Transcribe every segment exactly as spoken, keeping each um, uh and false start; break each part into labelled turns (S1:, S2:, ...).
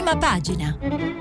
S1: Prima pagina.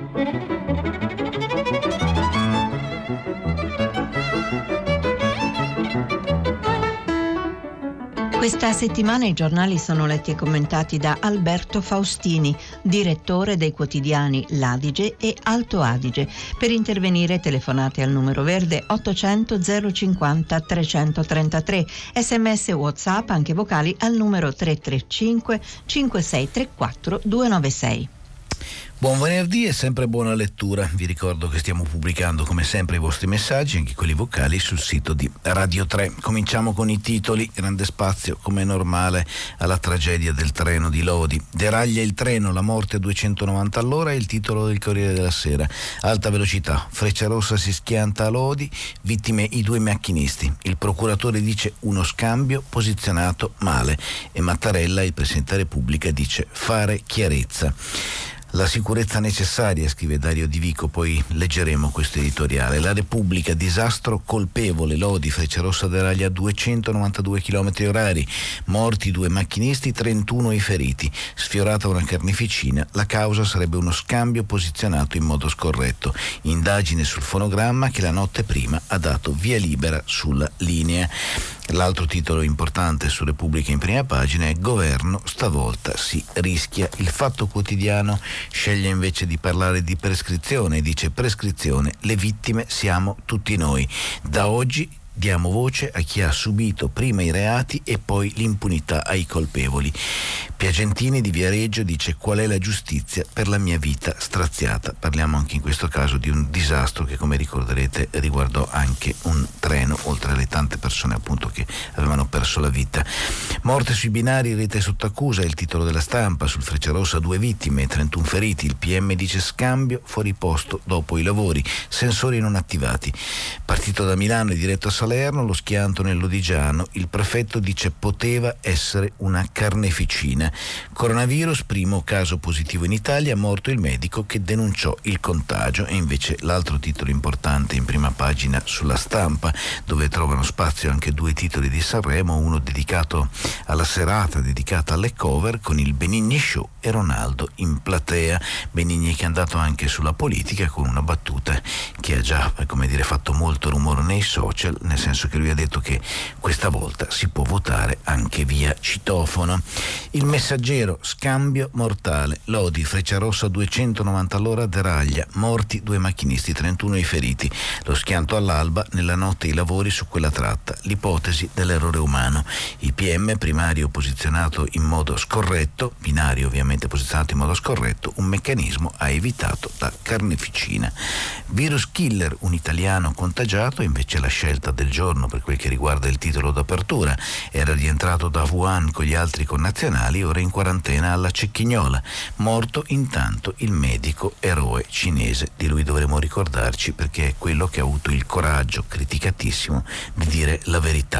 S1: Questa settimana i giornali sono letti e commentati da Alberto Faustini, direttore dei quotidiani L'Adige e Alto Adige. Per intervenire telefonate al numero verde ottocento zero cinquanta trecentotrentatré, sms WhatsApp anche vocali al numero tre tre cinque cinque sei tre quattro due nove sei.
S2: Buon venerdì e sempre buona lettura. Vi ricordo che stiamo pubblicando come sempre i vostri messaggi, anche quelli vocali, sul sito di Radio tre. Cominciamo con i titoli. Grande spazio, come è normale, alla tragedia del treno di Lodi. Deraglia il treno, la morte a duecentonovanta all'ora è il titolo del Corriere della Sera. Alta velocità, Frecciarossa si schianta a Lodi, vittime i due macchinisti. Il procuratore dice uno scambio posizionato male e Mattarella, il Presidente della Repubblica, dice fare chiarezza. La sicurezza necessaria, scrive Dario Di Vico, poi leggeremo questo editoriale. La Repubblica, disastro colpevole, Lodi, Frecciarossa deraglia a duecentonovantadue chilometri orari, morti due macchinisti, trentuno i feriti, sfiorata una carneficina, la causa sarebbe uno scambio posizionato in modo scorretto, indagine sul fonogramma che la notte prima ha dato via libera sulla linea. L'altro titolo importante su Repubblica in prima pagina è Governo, stavolta si rischia. Il Fatto Quotidiano sceglie invece di parlare di prescrizione, dice prescrizione, le vittime siamo tutti noi. Da oggi diamo voce a chi ha subito prima i reati e poi l'impunità ai colpevoli. Piagentini di Viareggio dice qual è la giustizia per la mia vita straziata. Parliamo anche in questo caso di un disastro che, come ricorderete, riguardò anche un treno, oltre alle tante persone appunto che avevano perso la vita. Morte sui binari, rete sotto accusa, è il titolo della Stampa. Sul Frecciarossa due vittime e trentuno feriti. Il P M dice scambio fuori posto dopo i lavori, sensori non attivati. Partito da Milano e diretto a Salerno, lo schianto nell'Odigiano. Il prefetto dice poteva essere una carneficina. Coronavirus, primo caso positivo in Italia, morto il medico che denunciò il contagio. E invece l'altro titolo importante in prima pagina sulla Stampa, dove trovano spazio anche due titoli di Sanremo, uno dedicato alla serata dedicata alle cover con il Benigni Show e Ronaldo in platea. Benigni che è andato anche sulla politica con una battuta che ha già, come dire, fatto molto rumore nei social, nel senso che lui ha detto che questa volta si può votare anche via citofono. Il Messaggero, scambio mortale, Lodi, Frecciarossa duecentonovanta all'ora deraglia, morti due macchinisti, trentuno i feriti, lo schianto all'alba, nella notte i lavori su quella tratta, l'ipotesi dell'errore umano. Il P M primario posizionato in modo scorretto, binario ovviamente posizionato in modo scorretto, un meccanismo ha evitato la carneficina. Virus killer, un italiano contagiato, invece la scelta del giorno per quel che riguarda il titolo d'apertura, era rientrato da Wuhan con gli altri connazionali, ora in quarantena alla Cecchignola. Morto intanto il medico eroe cinese. Di lui dovremo ricordarci perché è quello che ha avuto il coraggio, criticatissimo, di dire la verità.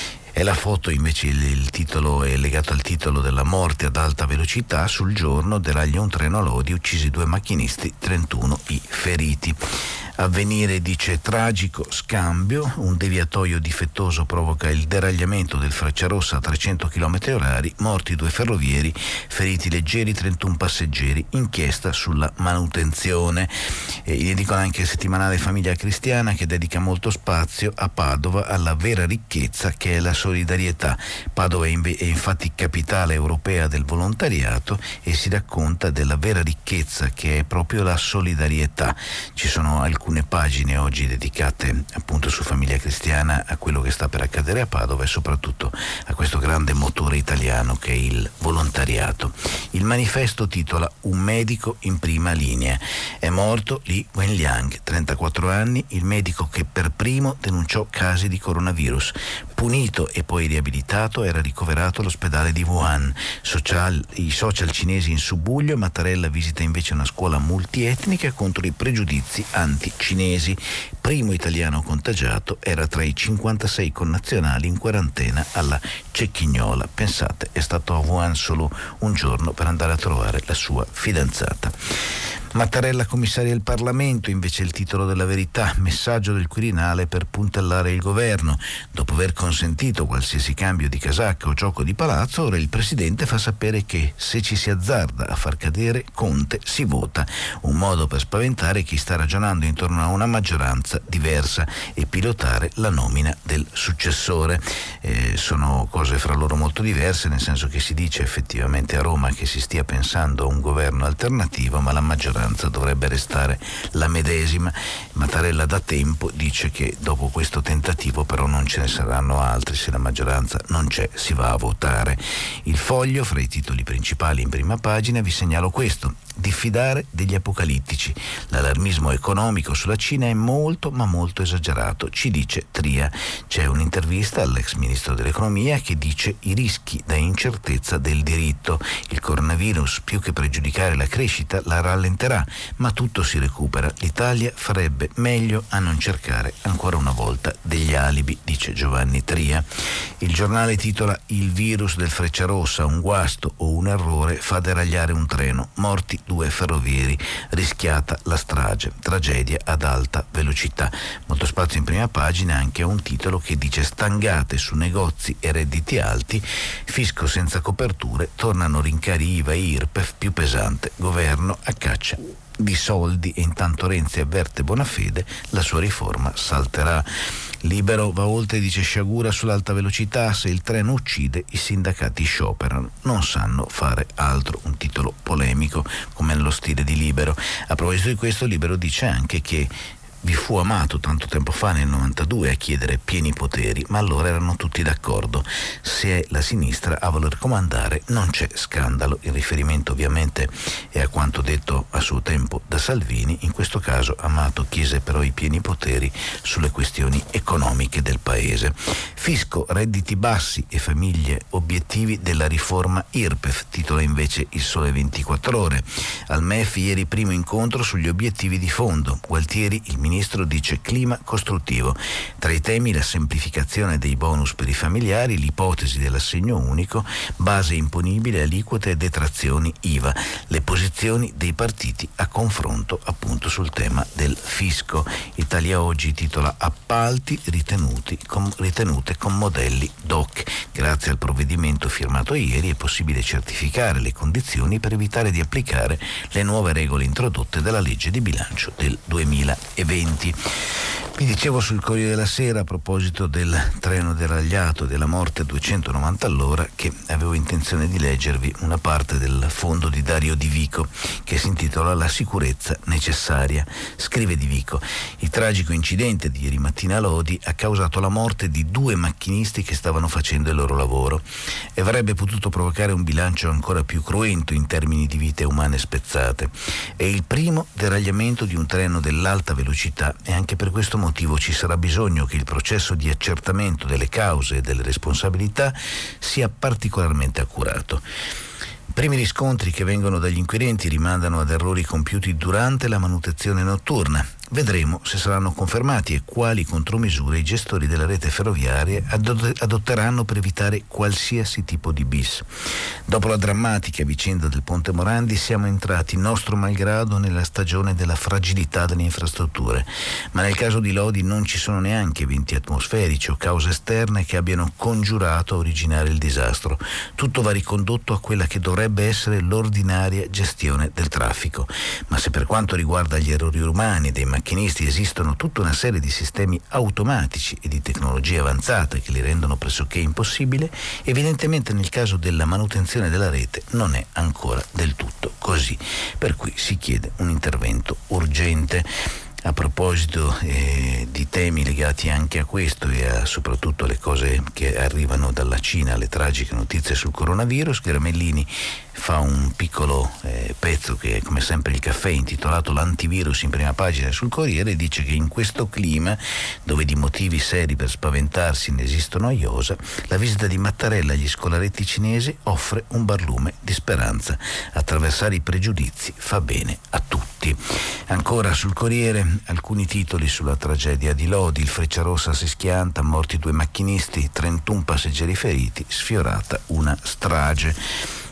S2: E la foto invece, il, il titolo è legato al titolo della morte ad alta velocità. Sul giorno deraglia un treno a Lodi, uccisi due macchinisti, trentuno i feriti. Avvenire dice tragico scambio, un deviatoio difettoso provoca il deragliamento del Frecciarossa a trecento chilometri orari, morti due ferrovieri, feriti leggeri, trentuno passeggeri, inchiesta sulla manutenzione. E dedicono anche il settimanale Famiglia Cristiana, che dedica molto spazio a Padova, alla vera ricchezza che è la solidarietà. Padova è, inve- è infatti capitale europea del volontariato e si racconta della vera ricchezza che è proprio la solidarietà. Ci sono alcune pagine oggi dedicate appunto su Famiglia Cristiana a quello che sta per accadere a Padova e soprattutto a questo grande motore italiano che è il volontariato. Il Manifesto titola Un medico in prima linea. È morto Li Wenliang, trentaquattro anni, il medico che per primo denunciò casi di coronavirus. Punito e poi riabilitato, era ricoverato all'ospedale di Wuhan. Social, i social cinesi in subbuglio, Mattarella visita invece una scuola multietnica contro i pregiudizi anti-cinesi. Primo italiano contagiato, era tra i cinquantasei connazionali in quarantena alla Cecchignola. Pensate, è stato a Wuhan solo un giorno per andare a trovare la sua fidanzata. Mattarella commissaria del Parlamento, invece il titolo della Verità, messaggio del Quirinale per puntellare il governo. Dopo aver consentito qualsiasi cambio di casacca o gioco di palazzo, ora il Presidente fa sapere che se ci si azzarda a far cadere Conte si vota, un modo per spaventare chi sta ragionando intorno a una maggioranza diversa e pilotare la nomina del successore. Eh, sono cose fra loro molto diverse, nel senso che si dice effettivamente a Roma che si stia pensando a un governo alternativo, ma la maggioranza dovrebbe restare la medesima. Mattarella da tempo dice che dopo questo tentativo però non ce ne saranno altri, se la maggioranza non c'è si va a votare. Il Foglio, fra i titoli principali in prima pagina, vi segnalo questo: diffidare degli apocalittici. L'allarmismo economico sulla Cina è molto ma molto esagerato, ci dice Tria. C'è un'intervista all'ex ministro dell'economia che dice i rischi da incertezza del diritto. Il coronavirus, più che pregiudicare la crescita, la rallenterà, ma tutto si recupera. L'Italia farebbe meglio a non cercare ancora una volta degli alibi, dice Giovanni Tria. Il Giornale titola: il virus del Frecciarossa, un guasto o un errore fa deragliare un treno, morti due ferrovieri, rischiata la strage, tragedia ad alta velocità. Molto spazio in prima pagina anche a un titolo che dice: stangate su negozi e redditi alti, fisco senza coperture, tornano rincari I V A e I R P E F più pesante, governo a caccia di soldi e intanto Renzi avverte Bonafede, la sua riforma salterà. Libero va oltre, dice Sciagura sull'alta velocità, se il treno uccide i sindacati scioperano, non sanno fare altro, un titolo polemico come nello stile di Libero. A proposito di questo, Libero dice anche che vi fu Amato tanto tempo fa nel novantadue a chiedere pieni poteri, ma allora erano tutti d'accordo. Se è la sinistra a voler comandare non c'è scandalo. Il riferimento ovviamente è a quanto detto a suo tempo da Salvini. In questo caso Amato chiese però i pieni poteri sulle questioni economiche del paese. Fisco, redditi bassi e famiglie, obiettivi della riforma I R P E F, titola invece Il Sole ventiquattro Ore. Al M E F ieri primo incontro sugli obiettivi di fondo. Gualtieri, il Il ministro, dice clima costruttivo. Tra i temi la semplificazione dei bonus per i familiari, l'ipotesi dell'assegno unico, base imponibile, aliquote e detrazioni I V A, le posizioni dei partiti a confronto appunto sul tema del fisco. Italia Oggi titola appalti ritenuti con, ritenute con modelli D O C. Grazie al provvedimento firmato ieri è possibile certificare le condizioni per evitare di applicare le nuove regole introdotte dalla legge di bilancio del duemilaventi. Vi dicevo sul Corriere della Sera a proposito del treno deragliato e della morte a duecentonovanta all'ora che avevo intenzione di leggervi una parte del fondo di Dario Di Vico che si intitola La sicurezza necessaria. Scrive Di Vico: il tragico incidente di ieri mattina a Lodi ha causato la morte di due macchinisti che stavano facendo il loro lavoro e avrebbe potuto provocare un bilancio ancora più cruento in termini di vite umane spezzate. È il primo deragliamento di un treno dell'alta velocità e anche per questo motivo ci sarà bisogno che il processo di accertamento delle cause e delle responsabilità sia particolarmente accurato. I primi riscontri che vengono dagli inquirenti rimandano ad errori compiuti durante la manutenzione notturna. Vedremo se saranno confermati e quali contromisure i gestori della rete ferroviaria adotteranno per evitare qualsiasi tipo di bis. Dopo la drammatica vicenda del Ponte Morandi siamo entrati nostro malgrado nella stagione della fragilità delle infrastrutture, ma nel caso di Lodi non ci sono neanche eventi atmosferici o cause esterne che abbiano congiurato a originare il disastro. Tutto va ricondotto a quella che dovrebbe essere l'ordinaria gestione del traffico. Ma se per quanto riguarda gli errori umani dei macchinisti esistono tutta una serie di sistemi automatici e di tecnologie avanzate che li rendono pressoché impossibile, evidentemente nel caso della manutenzione della rete non è ancora del tutto così, per cui si chiede un intervento urgente. A proposito eh, di temi legati anche a questo e a, soprattutto alle cose che arrivano dalla Cina, le tragiche notizie sul coronavirus, Gramellini fa un piccolo eh, pezzo che è come sempre il caffè, intitolato L'antivirus in prima pagina sul Corriere, e dice che in questo clima, dove di motivi seri per spaventarsi ne esistono a iosa, la visita di Mattarella agli scolaretti cinesi offre un barlume di speranza. Attraversare i pregiudizi fa bene a tutti. Ancora sul Corriere alcuni titoli sulla tragedia di Lodi: il Frecciarossa si schianta, morti due macchinisti, trentuno passeggeri feriti, sfiorata una strage.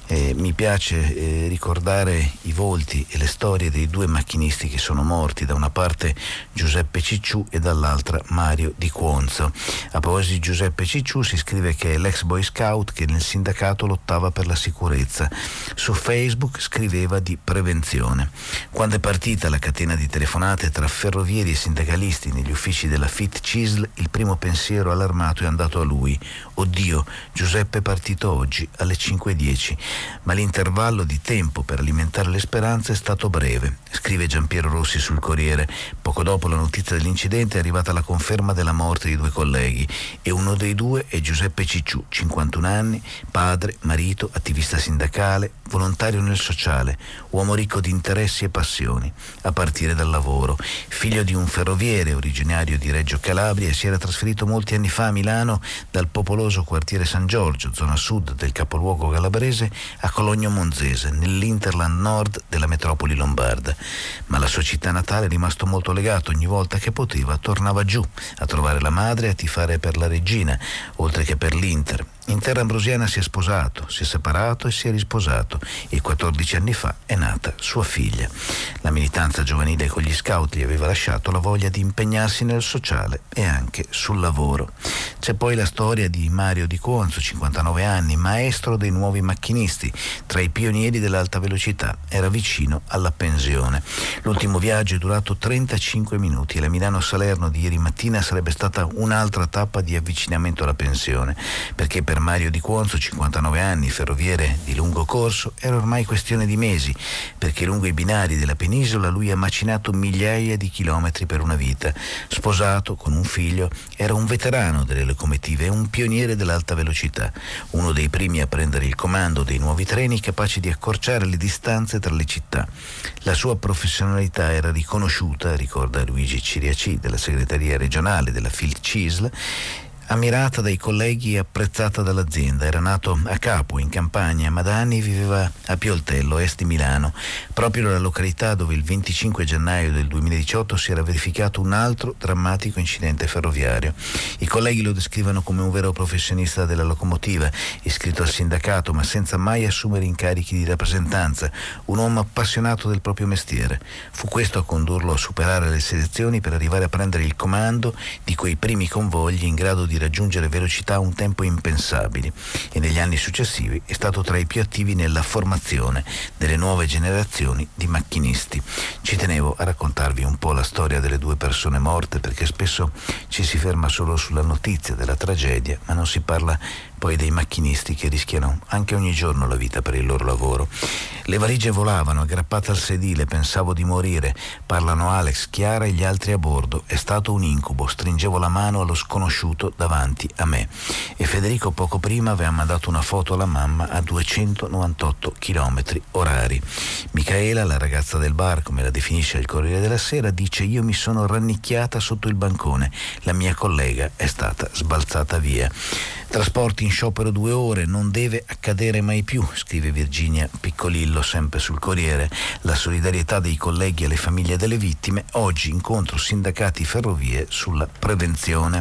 S2: Eh, mi piace eh, ricordare i volti e le storie dei due macchinisti che sono morti, da una parte Giuseppe Cicciù e dall'altra Mario Di Cuonzo. A proposito di Giuseppe Cicciù, si scrive che è l'ex boy scout che nel sindacato lottava per la sicurezza. Su Facebook scriveva di prevenzione. Quando è partita la catena di telefonate tra ferrovieri e sindacalisti negli uffici della Fit Cisl, il primo pensiero allarmato è andato a lui: oddio, Giuseppe è partito oggi alle cinque e dieci. Ma l'intervallo di tempo per alimentare le speranze è stato breve. Scrive Giampiero Rossi sul Corriere: poco dopo la notizia dell'incidente è arrivata la conferma della morte di due colleghi, e uno dei due è Giuseppe Cicciù, cinquantuno anni, padre, marito, attivista sindacale, volontario nel sociale, uomo ricco di interessi e passioni, a partire dal lavoro. Figlio di un ferroviere originario di Reggio Calabria, si era trasferito molti anni fa a Milano dal popoloso quartiere San Giorgio, zona sud del capoluogo calabrese, a Cologno Monzese, nell'Interland Nord della metropoli lombarda. Ma alla sua città natale è rimasto molto legato. Ogni volta che poteva tornava giù a trovare la madre e a tifare per la Regina, oltre che per l'Inter. In terra ambrosiana si è sposato, si è separato e si è risposato, e quattordici anni fa è nata sua figlia. La militanza giovanile con gli scout gli aveva lasciato la voglia di impegnarsi nel sociale e anche sul lavoro. C'è poi la storia di Mario Di Cuonzo, cinquantanove anni, maestro dei nuovi macchinisti, tra i pionieri dell'alta velocità. Era vicino alla pensione. L'ultimo viaggio è durato trentacinque minuti e la Milano-Salerno di ieri mattina sarebbe stata un'altra tappa di avvicinamento alla pensione, perché per Mario Di Cuonzo, cinquantanove anni, ferroviere di lungo corso, era ormai questione di mesi, perché lungo i binari della penisola lui ha macinato migliaia di chilometri per una vita. Sposato, con un figlio, era un veterano delle locomotive e un pioniere dell'alta velocità, uno dei primi a prendere il comando dei nuovi treni capaci di accorciare le distanze tra le città. La sua professionalità era riconosciuta, ricorda Luigi Ciriaci della segreteria regionale della Fit Cisl, ammirata dai colleghi e apprezzata dall'azienda. Era nato a Capo, in Campania, ma da anni viveva a Pioltello, est di Milano, proprio nella località dove il venticinque gennaio del duemiladiciotto si era verificato un altro drammatico incidente ferroviario. I colleghi lo descrivono come un vero professionista della locomotiva, iscritto al sindacato ma senza mai assumere incarichi di rappresentanza, un uomo appassionato del proprio mestiere. Fu questo a condurlo a superare le selezioni per arrivare a prendere il comando di quei primi convogli in grado di raggiungere velocità a un tempo impensabili, e negli anni successivi è stato tra i più attivi nella formazione delle nuove generazioni di macchinisti. Ci tenevo a raccontarvi un po' la storia delle due persone morte, perché spesso ci si ferma solo sulla notizia della tragedia, ma non si parla poi dei macchinisti che rischiano anche ogni giorno la vita per il loro lavoro. Le valigie volavano aggrappate al sedile, pensavo di morire. Parlano Alex, Chiara e gli altri a bordo. È stato un incubo, stringevo la mano allo sconosciuto davanti a me. E Federico poco prima aveva mandato una foto alla mamma a duecentonovantotto chilometri orari. Micaela, la ragazza del bar, come la definisce il Corriere della Sera, dice: io mi sono rannicchiata sotto il bancone, la mia collega è stata sbalzata via. Trasporti in sciopero due ore, non deve accadere mai più, scrive Virginia Piccolillo sempre sul Corriere. La solidarietà dei colleghi alle famiglie delle vittime. Oggi incontro sindacati ferrovie sulla prevenzione.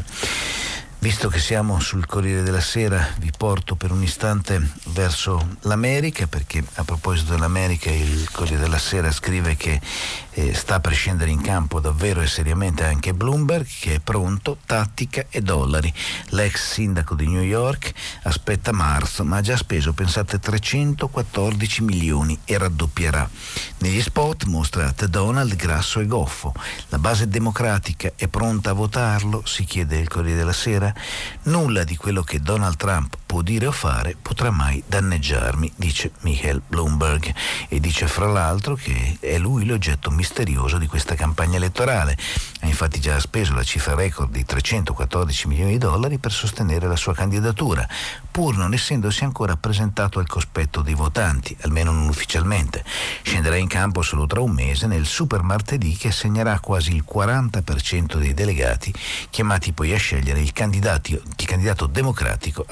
S2: Visto che siamo sul Corriere della Sera, vi porto per un istante verso l'America, perché a proposito dell'America il Corriere della Sera scrive che eh, sta per scendere in campo davvero e seriamente anche Bloomberg, che è pronto, tattica e dollari. L'ex sindaco di New York aspetta marzo, ma ha già speso, pensate, trecentoquattordici milioni e raddoppierà. Negli spot mostra Ted Donald grasso e goffo. La base democratica è pronta a votarlo, si chiede il Corriere della Sera. Nulla di quello che Donald Trump può dire o fare potrà mai danneggiarmi, dice Michael Bloomberg, e dice fra l'altro che è lui l'oggetto misterioso di questa campagna elettorale. Ha infatti già speso la cifra record di trecentoquattordici milioni di dollari per sostenere la sua candidatura, pur non essendosi ancora presentato al cospetto dei votanti, almeno non ufficialmente. Scenderà in campo solo tra un mese, nel super martedì che assegnerà quasi il quaranta per cento dei delegati, chiamati poi a scegliere il candidato, il candidato democratico alla Casa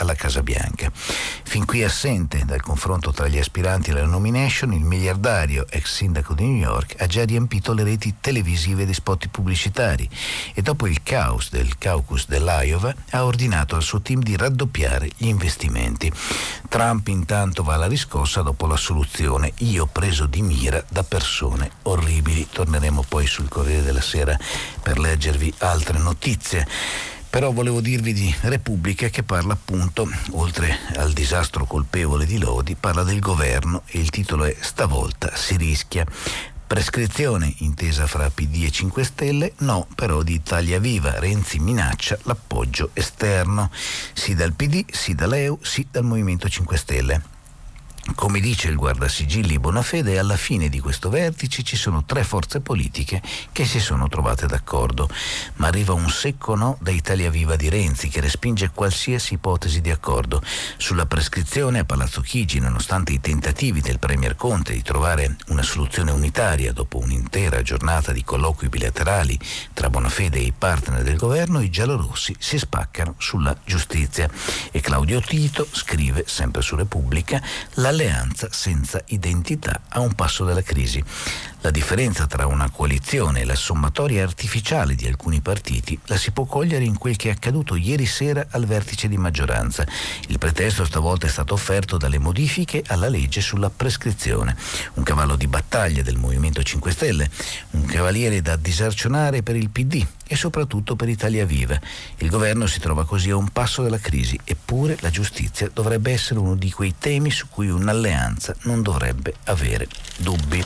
S2: bianca. Fin qui assente dal confronto tra gli aspiranti alla nomination, il miliardario ex sindaco di New York ha già riempito le reti televisive di spot pubblicitari e dopo il caos del caucus dell'Iowa ha ordinato al suo team di raddoppiare gli investimenti. Trump intanto va alla riscossa dopo la soluzione: io preso di mira da persone orribili. Torneremo poi sul Corriere della Sera per leggervi altre notizie. Però volevo dirvi di Repubblica, che parla appunto, oltre al disastro colpevole di Lodi, parla del governo e il titolo è "Stavolta si rischia". Prescrizione intesa fra P D e cinque Stelle, no però di Italia Viva. Renzi minaccia l'appoggio esterno. Sì dal P D, sì dall'E U, sì dal Movimento cinque Stelle. Come dice il guardasigilli Bonafede, alla fine di questo vertice ci sono tre forze politiche che si sono trovate d'accordo, ma arriva un secco no da Italia Viva di Renzi, che respinge qualsiasi ipotesi di accordo. Sulla prescrizione a Palazzo Chigi, nonostante i tentativi del Premier Conte di trovare una soluzione unitaria dopo un'intera giornata di colloqui bilaterali tra Bonafede e i partner del governo, i giallorossi si spaccano sulla giustizia. E Claudio Tito scrive, sempre su Repubblica, la alleanza senza identità a un passo dalla crisi. La differenza tra una coalizione e la sommatoria artificiale di alcuni partiti la si può cogliere in quel che è accaduto ieri sera al vertice di maggioranza. Il pretesto stavolta è stato offerto dalle modifiche alla legge sulla prescrizione. Un cavallo di battaglia del Movimento cinque Stelle, un cavaliere da disarcionare per il P D e soprattutto per Italia Viva. Il governo si trova così a un passo dalla crisi, eppure la giustizia dovrebbe essere uno di quei temi su cui un'alleanza non dovrebbe avere dubbi.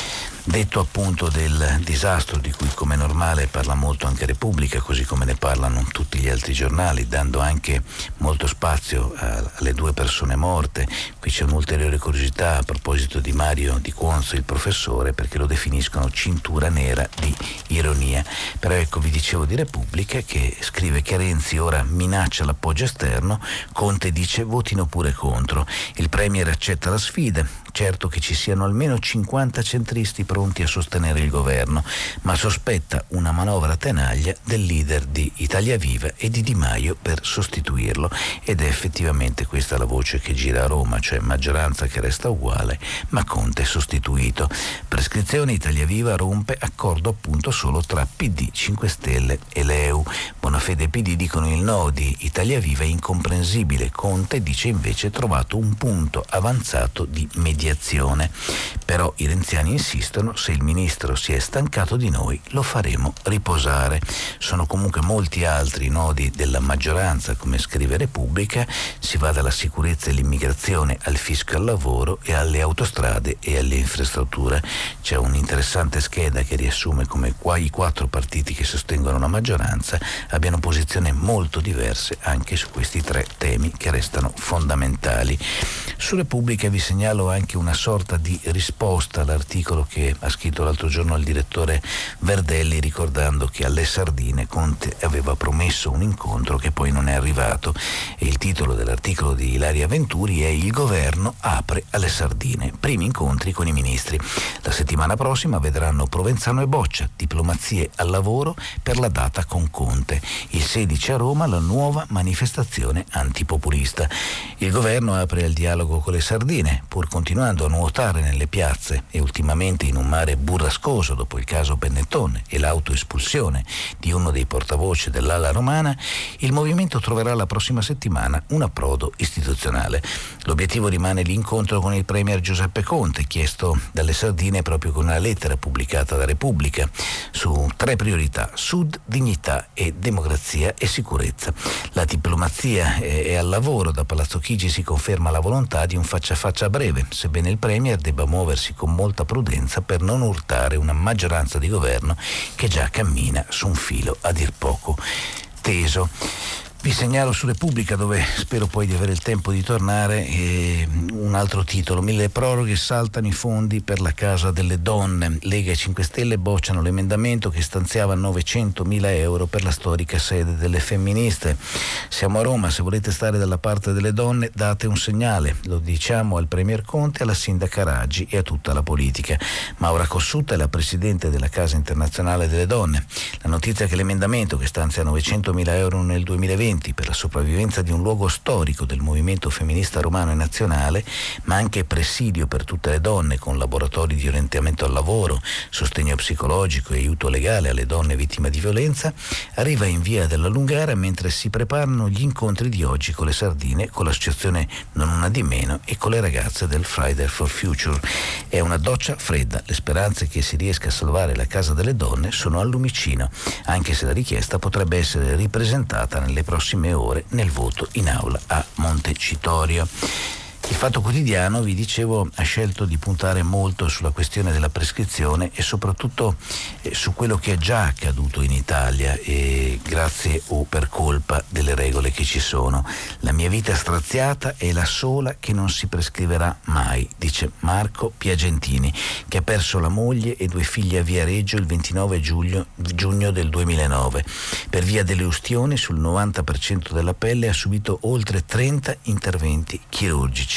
S2: Detto appunto del disastro di cui, come normale, parla molto anche Repubblica, così come ne parlano tutti gli altri giornali, dando anche molto spazio alle due persone morte. Qui c'è un'ulteriore curiosità a proposito di Mario Di Cuonzo, il professore, perché lo definiscono cintura nera di ironia. Però ecco, vi dicevo di Repubblica, che scrive che Renzi ora minaccia l'appoggio esterno, Conte dice votino pure contro. Il Premier accetta la sfida, certo che ci siano almeno cinquanta centristi pronti a sostenere il governo, ma sospetta una manovra a tenaglia del leader di Italia Viva e di Di Maio per sostituirlo. Ed è effettivamente questa la voce che gira a Roma, cioè maggioranza che resta uguale, ma Conte sostituito. Prescrizione, Italia Viva rompe accordo appunto solo tra P D, cinque Stelle e l'E U. Bonafede e P D dicono il no di Italia Viva è incomprensibile. Conte dice invece trovato un punto avanzato di mediazione. Però i renziani insistono: se il ministro si è stancato di noi lo faremo riposare. Sono comunque molti altri nodi della maggioranza, come scrive Repubblica. Si va dalla sicurezza e l'immigrazione al fisco e al lavoro e alle autostrade e alle infrastrutture. C'è un'interessante scheda che riassume come qua i quattro partiti che sostengono la maggioranza abbiano posizioni molto diverse anche su questi tre temi che restano fondamentali. Su Repubblica vi segnalo anche una sorta di risposta all'articolo che ha scritto l'altro giorno il direttore Verdelli, ricordando che alle sardine Conte aveva promesso un incontro che poi non è arrivato, e il titolo dell'articolo di Ilaria Venturi è "Il governo apre alle sardine, primi incontri con i ministri". La settimana prossima vedranno Provenzano e Boccia, diplomazie al lavoro per la data con Conte. Il sedici a Roma la nuova manifestazione antipopulista. Il governo apre al dialogo con le sardine, pur continuando a nuotare nelle piazze e ultimamente in un mare burrascoso dopo il caso Benetton e l'autoespulsione di uno dei portavoce dell'ala romana. Il movimento troverà la prossima settimana un approdo istituzionale. L'obiettivo rimane l'incontro con il Premier Giuseppe Conte, chiesto dalle sardine proprio con una lettera pubblicata da Repubblica, su tre priorità: Sud, dignità e democrazia e sicurezza. La diplomazia è al lavoro. Da Palazzo Chigi si conferma la volontà di un faccia a faccia a breve, sebbene il Premier debba muoversi con molta prudenza per non urtare una maggioranza di governo che già cammina su un filo a dir poco teso. Vi segnalo su Repubblica, dove spero poi di avere il tempo di tornare, eh, un altro titolo: mille proroghe, saltano i fondi per la casa delle donne. Lega e cinque Stelle bocciano l'emendamento che stanziava novecentomila euro per la storica sede delle femministe. Siamo a Roma, se volete stare dalla parte delle donne date un segnale, lo diciamo al Premier Conte, alla sindaca Raggi e a tutta la politica. Maura Cossutta è la presidente della Casa Internazionale delle Donne. La notizia è che l'emendamento che stanzia novecentomila euro nel duemilaventi viventi per la sopravvivenza di un luogo storico del movimento femminista romano e nazionale, ma anche presidio per tutte le donne con laboratori di orientamento al lavoro, sostegno psicologico e aiuto legale alle donne vittime di violenza, arriva in via della Lungara mentre si preparano gli incontri di oggi con le sardine, con l'associazione Non Una di Meno e con le ragazze del Friday for Future. È una doccia fredda, le speranze che si riesca a salvare la casa delle donne sono al lumicino, anche se la richiesta potrebbe essere ripresentata nelle prossime ore nel voto in aula a Montecitorio. Il Fatto Quotidiano, vi dicevo, ha scelto di puntare molto sulla questione della prescrizione e soprattutto eh, su quello che è già accaduto in Italia, e grazie o per colpa delle regole che ci sono. La mia vita straziata è la sola che non si prescriverà mai, dice Marco Piagentini, che ha perso la moglie e due figli a Viareggio il ventinove giugno, giugno del duemilanove. Per via delle ustioni sul novanta per cento della pelle ha subito oltre trenta interventi chirurgici.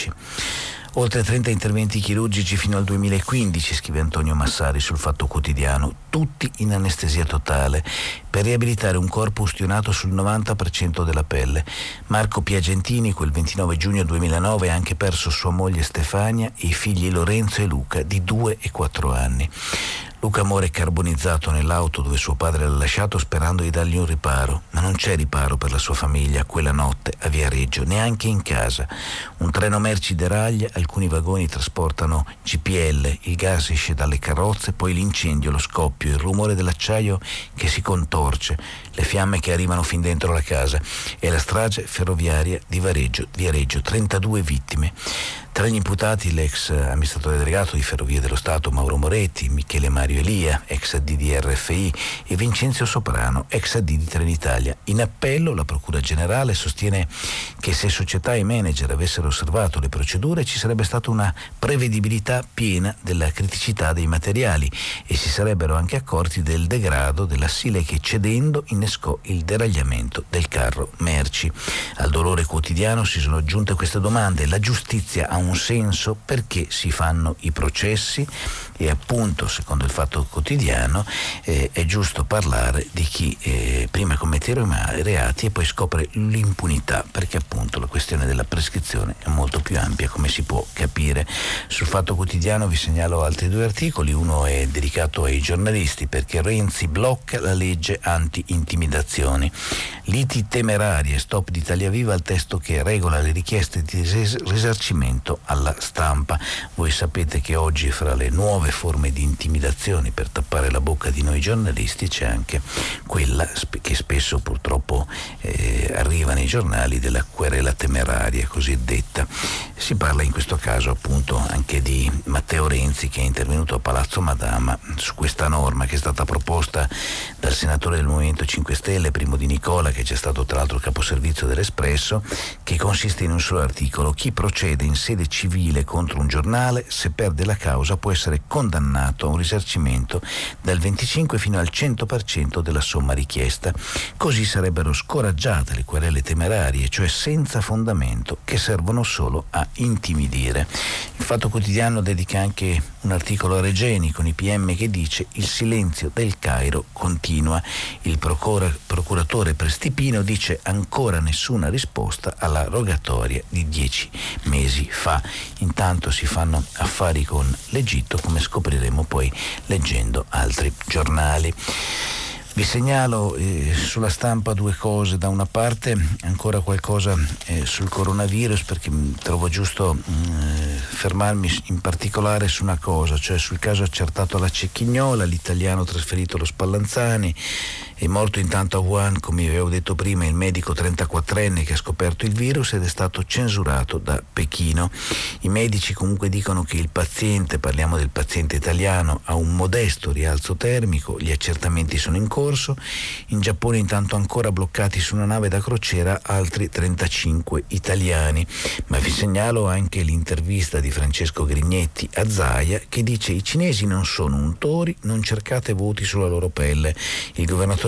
S2: Oltre trenta interventi chirurgici fino al duemilaquindici, scrive Antonio Massari sul Fatto Quotidiano, tutti in anestesia totale, per riabilitare un corpo ustionato sul novanta per cento della pelle. Marco Piagentini, quel ventinove giugno duemilanove, ha anche perso sua moglie Stefania e i figli Lorenzo e Luca di due e quattro anni. Luca muore carbonizzato nell'auto dove suo padre l'ha lasciato sperando di dargli un riparo, ma non c'è riparo per la sua famiglia quella notte a Viareggio, neanche in casa. Un treno merci deraglia, alcuni vagoni trasportano G P L, il gas esce dalle carrozze, poi l'incendio, lo scoppio, il rumore dell'acciaio che si contorce, le fiamme che arrivano fin dentro la casa e la strage ferroviaria di Viareggio, Viareggio, trentadue vittime. Tra gli imputati l'ex amministratore delegato di Ferrovie dello Stato Mauro Moretti, Michele Mario Elia, ex A D di R F I, e Vincenzo Soprano, ex A D di Trenitalia. In appello la Procura Generale sostiene che se società e manager avessero osservato le procedure ci sarebbe stata una prevedibilità piena della criticità dei materiali e si sarebbero anche accorti del degrado della Sile che cedendo innescò il deragliamento del carro merci. Al Dolore Quotidiano si sono aggiunte queste domande: la giustizia ha un senso? Perché si fanno i processi? E appunto, secondo il Fatto Quotidiano, eh, è giusto parlare di chi eh, prima commette i reati e poi scopre l'impunità, perché appunto la questione della prescrizione è molto più ampia, come si può capire. Sul Fatto Quotidiano vi segnalo altri due articoli. Uno è dedicato ai giornalisti, perché Renzi blocca la legge anti-intimidazioni. Liti temerarie, stop di Italia Viva al testo che regola le richieste di risarcimento alla stampa. Voi sapete che oggi fra le nuove forme di intimidazioni per tappare la bocca di noi giornalisti c'è anche quella che spesso purtroppo eh, arriva nei giornali della querela temeraria cosiddetta. Si parla in questo caso appunto anche di Matteo Renzi, che è intervenuto a Palazzo Madama su questa norma che è stata proposta dal senatore del Movimento cinque Stelle Primo Di Nicola, che c'è stato tra l'altro caposervizio dell'Espresso, che consiste in un solo articolo: chi procede in sede civile contro un giornale, se perde la causa può essere condannato a un risarcimento dal venticinque fino al cento per cento della somma richiesta. Così sarebbero scoraggiate le querele temerarie, cioè senza fondamento, che servono solo a intimidire. Il Fatto Quotidiano dedica anche un articolo a Regeni con I P M che dice: il silenzio del Cairo continua. Il procura, procuratore Prestipino dice: ancora nessuna risposta alla rogatoria di dieci mesi fa. Intanto si fanno affari con l'Egitto, come scopriremo poi leggendo altri giornali. Vi segnalo eh, sulla Stampa due cose. Da una parte ancora qualcosa eh, sul coronavirus, perché trovo giusto eh, fermarmi in particolare su una cosa, cioè sul caso accertato alla Cecchignola, l'italiano trasferito allo Spallanzani. È morto intanto a Wuhan, come vi avevo detto prima, il medico trentaquattrenne che ha scoperto il virus ed è stato censurato da Pechino. I medici comunque dicono che il paziente, parliamo del paziente italiano, ha un modesto rialzo termico, gli accertamenti sono in corso. In Giappone intanto ancora bloccati su una nave da crociera altri trentacinque italiani. Ma vi segnalo anche l'intervista di Francesco Grignetti a Zaia, che dice: i cinesi non sono untori, non cercate voti sulla loro pelle. Il governatore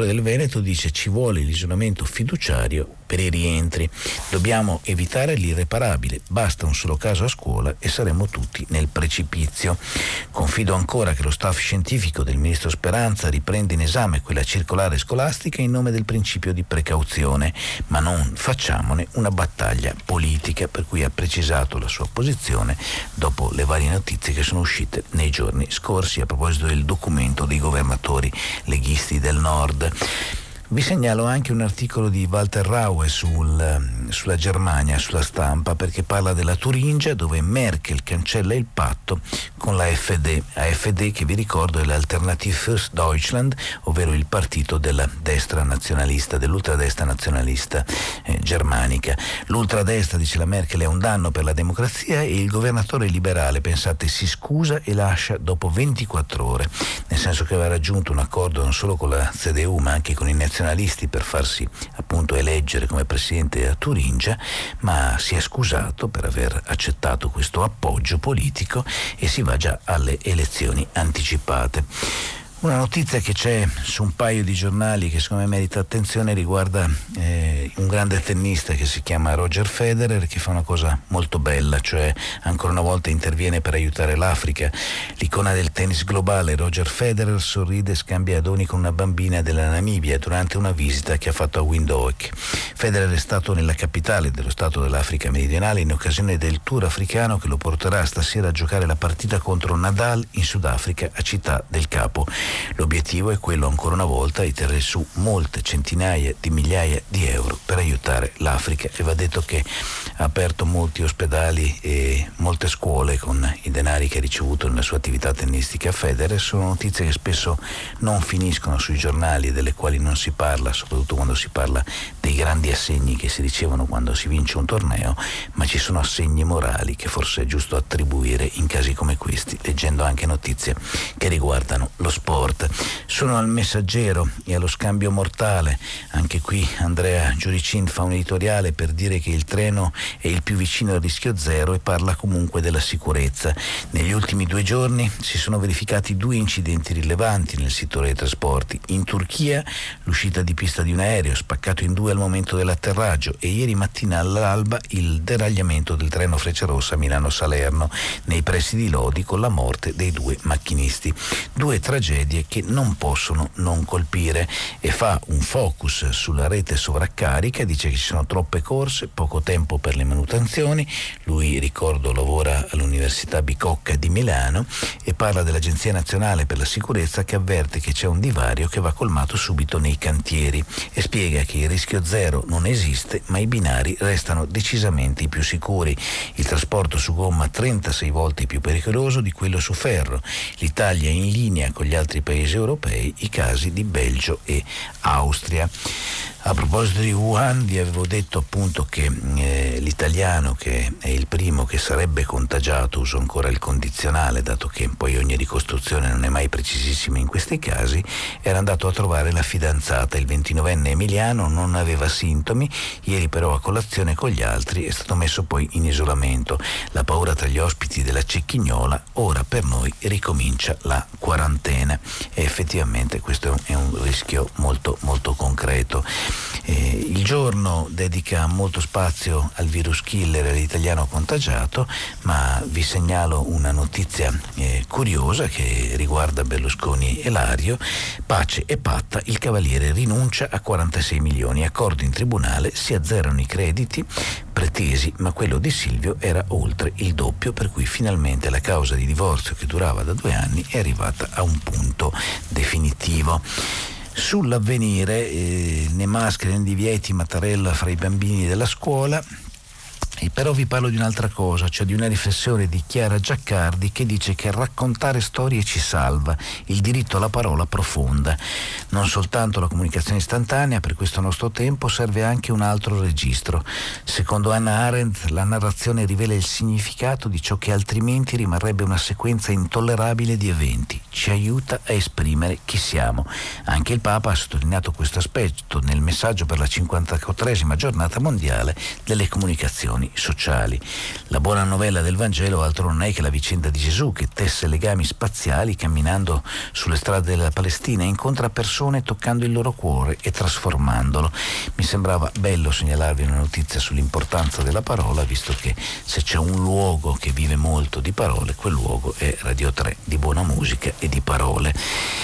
S2: governatore del Veneto dice: ci vuole l'isolamento fiduciario per i rientri, dobbiamo evitare l'irreparabile, basta un solo caso a scuola e saremo tutti nel precipizio. Confido ancora che lo staff scientifico del ministro Speranza riprenda in esame quella circolare scolastica in nome del principio di precauzione, ma non facciamone una battaglia politica, per cui ha precisato la sua posizione dopo le varie notizie che sono uscite nei giorni scorsi a proposito del documento dei governatori leghisti del Nord. Vi segnalo anche un articolo di Walter Raue sul, sulla Germania, sulla Stampa, perché parla della Turingia, dove Merkel cancella il patto con la A F D. A F D, che vi ricordo, è l'Alternative für Deutschland, ovvero il partito della destra nazionalista, dell'ultradestra nazionalista eh, germanica. L'ultradestra, dice la Merkel, è un danno per la democrazia e il governatore liberale, pensate, si scusa e lascia dopo ventiquattro ore, nel senso che aveva raggiunto un accordo non solo con la C D U ma anche con i nazionalisti per farsi appunto eleggere come presidente della Turingia, ma si è scusato per aver accettato questo appoggio politico e si va già alle elezioni anticipate. Una notizia che c'è su un paio di giornali che secondo me merita attenzione riguarda eh, un grande tennista che si chiama Roger Federer, che fa una cosa molto bella, cioè ancora una volta interviene per aiutare l'Africa. L'icona del tennis globale Roger Federer sorride e scambia doni con una bambina della Namibia durante una visita che ha fatto a Windhoek. Federer è stato nella capitale dello Stato dell'Africa meridionale in occasione del tour africano che lo porterà stasera a giocare la partita contro Nadal in Sudafrica a Città del Capo. L'obiettivo è quello ancora una volta di tirare su molte centinaia di migliaia di euro per aiutare l'Africa, e va detto che ha aperto molti ospedali e molte scuole con i denari che ha ricevuto nella sua attività tennistica. Federer sono notizie che spesso non finiscono sui giornali e delle quali non si parla, soprattutto quando si parla dei grandi assegni che si ricevono quando si vince un torneo, ma ci sono assegni morali che forse è giusto attribuire in casi come questi, leggendo anche notizie che riguardano lo sport. Sono al Messaggero e allo Scambio Mortale. Anche qui Andrea Giuricin fa un editoriale per dire che il treno è il più vicino al rischio zero e parla comunque della sicurezza. Negli ultimi due giorni si sono verificati due incidenti rilevanti nel settore dei trasporti. In Turchia l'uscita di pista di un aereo spaccato in due al momento dell'atterraggio, e ieri mattina all'alba il deragliamento del treno Frecciarossa Milano-Salerno nei pressi di Lodi, con la morte dei due macchinisti. Due tragedie che non possono non colpire, e fa un focus sulla rete sovraccarica. Dice che ci sono troppe corse, poco tempo per le manutenzioni. Lui, ricordo, lavora all'Università Bicocca di Milano e parla dell'Agenzia Nazionale per la Sicurezza, che avverte che c'è un divario che va colmato subito nei cantieri, e spiega che il rischio zero non esiste, ma i binari restano decisamente i più sicuri. Il trasporto su gomma trentasei volte più pericoloso di quello su ferro. L'Italia è in linea con gli altri paesi europei, i casi di Belgio e Austria. A proposito di Wuhan, vi avevo detto appunto che eh, l'italiano, che è il primo che sarebbe contagiato, uso ancora il condizionale dato che poi ogni ricostruzione non è mai precisissima in questi casi, era andato a trovare la fidanzata. Il ventinovenne emiliano non aveva sintomi, ieri però a colazione con gli altri è stato messo poi in isolamento. La paura tra gli ospiti della Cecchignola, ora per noi ricomincia la quarantena, e effettivamente questo è un rischio molto molto concreto. Eh, il Giorno dedica molto spazio al virus killer e all'italiano contagiato, ma vi segnalo una notizia eh, curiosa che riguarda Berlusconi e Lario. Pace e patta, il Cavaliere rinuncia a quarantasei milioni, accordo in tribunale, si azzerano i crediti pretesi, ma quello di Silvio era oltre il doppio, per cui finalmente la causa di divorzio, che durava da due anni, è arrivata a un punto definitivo. Sull'Avvenire, eh, né maschere né divieti, Mattarella fra i bambini della scuola. E però vi parlo di un'altra cosa, cioè di una riflessione di Chiara Giaccardi, che dice che raccontare storie ci salva, il diritto alla parola profonda. Non soltanto la comunicazione istantanea, per questo nostro tempo serve anche un altro registro. Secondo Hannah Arendt, la narrazione rivela il significato di ciò che altrimenti rimarrebbe una sequenza intollerabile di eventi, ci aiuta a esprimere chi siamo. Anche il Papa ha sottolineato questo aspetto nel messaggio per la cinquantaquattresima giornata mondiale delle comunicazioni sociali. La buona novella del Vangelo altro non è che la vicenda di Gesù che tesse legami spaziali camminando sulle strade della Palestina e incontra persone toccando il loro cuore e trasformandolo. Mi sembrava bello segnalarvi una notizia sull'importanza della parola, visto che se c'è un luogo che vive molto di parole, quel luogo è Radio tre, di buona musica e di parole.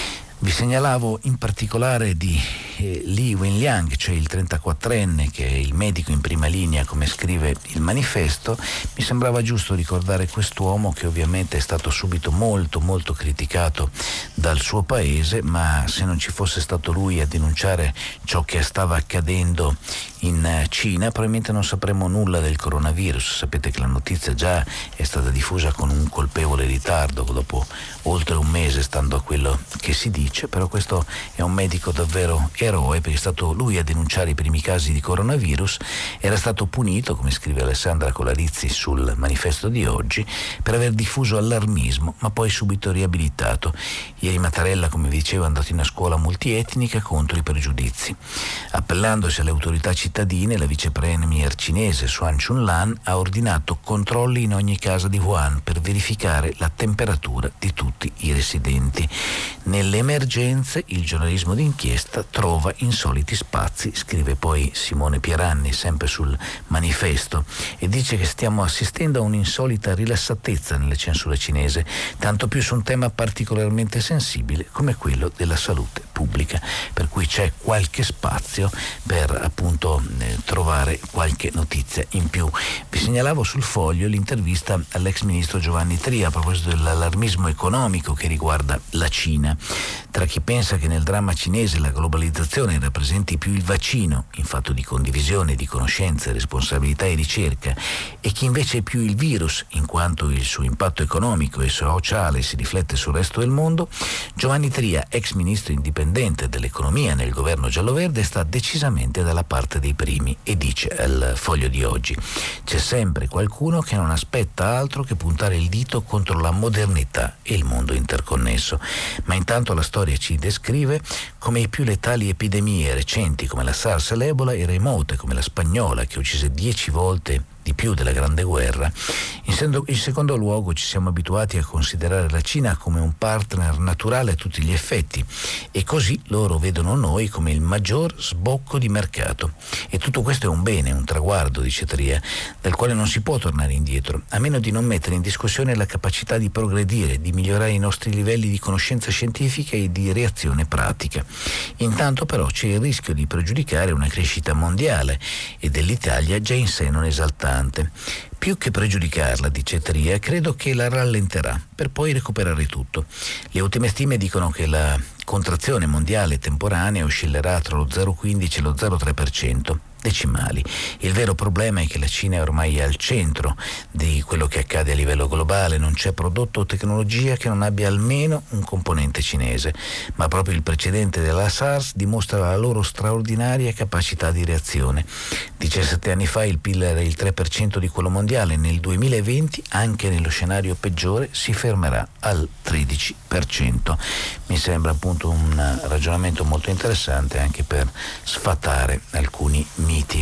S2: Vi segnalavo in particolare di eh, Li Wenliang, cioè il trentaquattrenne che è il medico in prima linea, come scrive il manifesto. Mi sembrava giusto ricordare quest'uomo che ovviamente è stato subito molto molto criticato dal suo paese, ma se non ci fosse stato lui a denunciare ciò che stava accadendo in Cina probabilmente non sapremmo nulla del coronavirus. Sapete che la notizia già è stata diffusa con un colpevole ritardo, dopo oltre un mese stando a quello che si dice, però questo è un medico davvero eroe, perché è stato lui a denunciare i primi casi di coronavirus, era stato punito, come scrive Alessandra Colarizzi sul manifesto di oggi, per aver diffuso allarmismo, ma poi subito riabilitato. Ieri Mattarella, come vi dicevo, è andato in una scuola multietnica contro i pregiudizi. Appellandosi alle autorità cittadine, la vice premier cinese Suan Chunlan ha ordinato controlli in ogni casa di Wuhan per verificare la temperatura di tutti i residenti. Nelle emergenze il giornalismo d'inchiesta trova insoliti spazi, scrive poi Simone Pieranni sempre sul manifesto, e dice che stiamo assistendo a un'insolita rilassatezza nelle censure cinese, tanto più su un tema particolarmente sensibile come quello della salute pubblica, per cui c'è qualche spazio per appunto eh, trovare qualche notizia in più. Vi segnalavo sul Foglio l'intervista all'ex ministro Giovanni Tria a proposito dell'allarmismo economico che riguarda la Cina. Tra chi pensa che nel dramma cinese la globalizzazione rappresenti più il vaccino in fatto di condivisione di conoscenze, responsabilità e ricerca, e chi invece è più il virus in quanto il suo impatto economico e sociale si riflette sul resto del mondo, Giovanni Tria, ex ministro indipendente dell'economia nel governo gialloverde, sta decisamente dalla parte dei primi e dice al Foglio di oggi: c'è sempre qualcuno che non aspetta altro che puntare il dito contro la modernità e il mondo interconnesso, ma intanto la storia ci descrive come i più letali epidemie recenti come la SARS e l'Ebola e remote come la spagnola che uccise dieci volte di più della Grande Guerra. In, sendo, in secondo luogo ci siamo abituati a considerare la Cina come un partner naturale a tutti gli effetti e così loro vedono noi come il maggior sbocco di mercato. E tutto questo è un bene, un traguardo, dice Tria, dal quale non si può tornare indietro, a meno di non mettere in discussione la capacità di progredire, di migliorare i nostri livelli di conoscenza scientifica e di reazione pratica. Intanto però c'è il rischio di pregiudicare una crescita mondiale e dell'Italia già in sé non esaltante. Più che pregiudicarla, dice Tria, credo che la rallenterà per poi recuperare tutto. Le ultime stime dicono che la contrazione mondiale temporanea oscillerà tra lo zero virgola quindici e lo zero virgola tre per cento decimali. Il vero problema è che la Cina è ormai al centro di quello che accade a livello globale. Non c'è prodotto o tecnologia che non abbia almeno un componente cinese, ma proprio il precedente della SARS dimostra la loro straordinaria capacità di reazione. diciassette anni fa il P I L era il tre per cento di quello mondiale, nel duemilaventi, anche nello scenario peggiore, si fermerà al tredici per cento. Mi sembra appunto un ragionamento molto interessante anche per sfatare alcuni miti.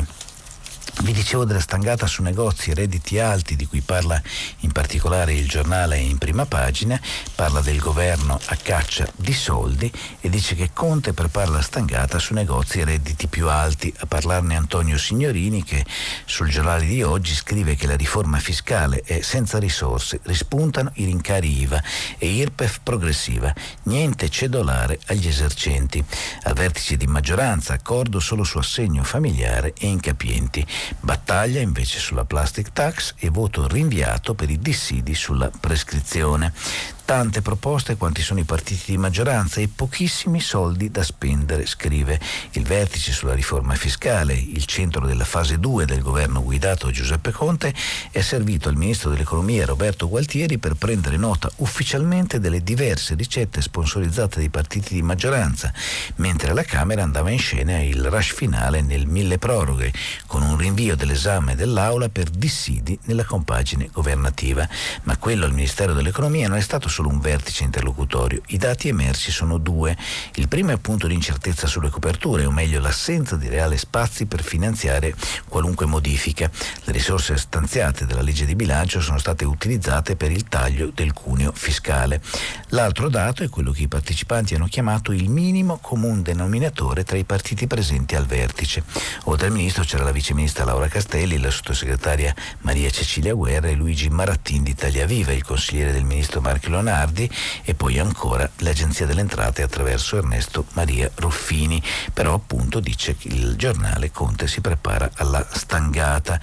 S2: Vi dicevo della stangata su negozi e redditi alti di cui parla in particolare il giornale in prima pagina. Parla del governo a caccia di soldi e dice che Conte prepara la stangata su negozi e redditi più alti. A parlarne Antonio Signorini, che sul giornale di oggi scrive che la riforma fiscale è senza risorse, rispuntano i rincari I V A e I R P E F progressiva, niente cedolare agli esercenti. Al vertice di maggioranza accordo solo su assegno familiare e incapienti. Battaglia invece sulla plastic tax e voto rinviato per i dissidi sulla prescrizione. Tante proposte quanti sono i partiti di maggioranza e pochissimi soldi da spendere, scrive. Il vertice sulla riforma fiscale, il centro della fase due del governo guidato da Giuseppe Conte, è servito al ministro dell'economia Roberto Gualtieri per prendere nota ufficialmente delle diverse ricette sponsorizzate dai partiti di maggioranza, mentre alla Camera andava in scena il rush finale nel milleproroghe, con un rinvio dell'esame dell'Aula per dissidi nella compagine governativa. Ma quello al Ministero dell'Economia non è stato solo un vertice interlocutorio. I dati emersi sono due. Il primo è appunto l'incertezza sulle coperture, o meglio l'assenza di reali spazi per finanziare qualunque modifica. Le risorse stanziate dalla legge di bilancio sono state utilizzate per il taglio del cuneo fiscale. L'altro dato è quello che i partecipanti hanno chiamato il minimo comune denominatore tra i partiti presenti al vertice. Oltre al ministro c'era la viceministra Laura Castelli, la sottosegretaria Maria Cecilia Guerra e Luigi Marattin di Italia Viva, il consigliere del ministro Marco Leonardi e poi ancora l'Agenzia delle Entrate attraverso Ernesto Maria Ruffini. Però appunto dice che il giornale Conte si prepara alla stangata.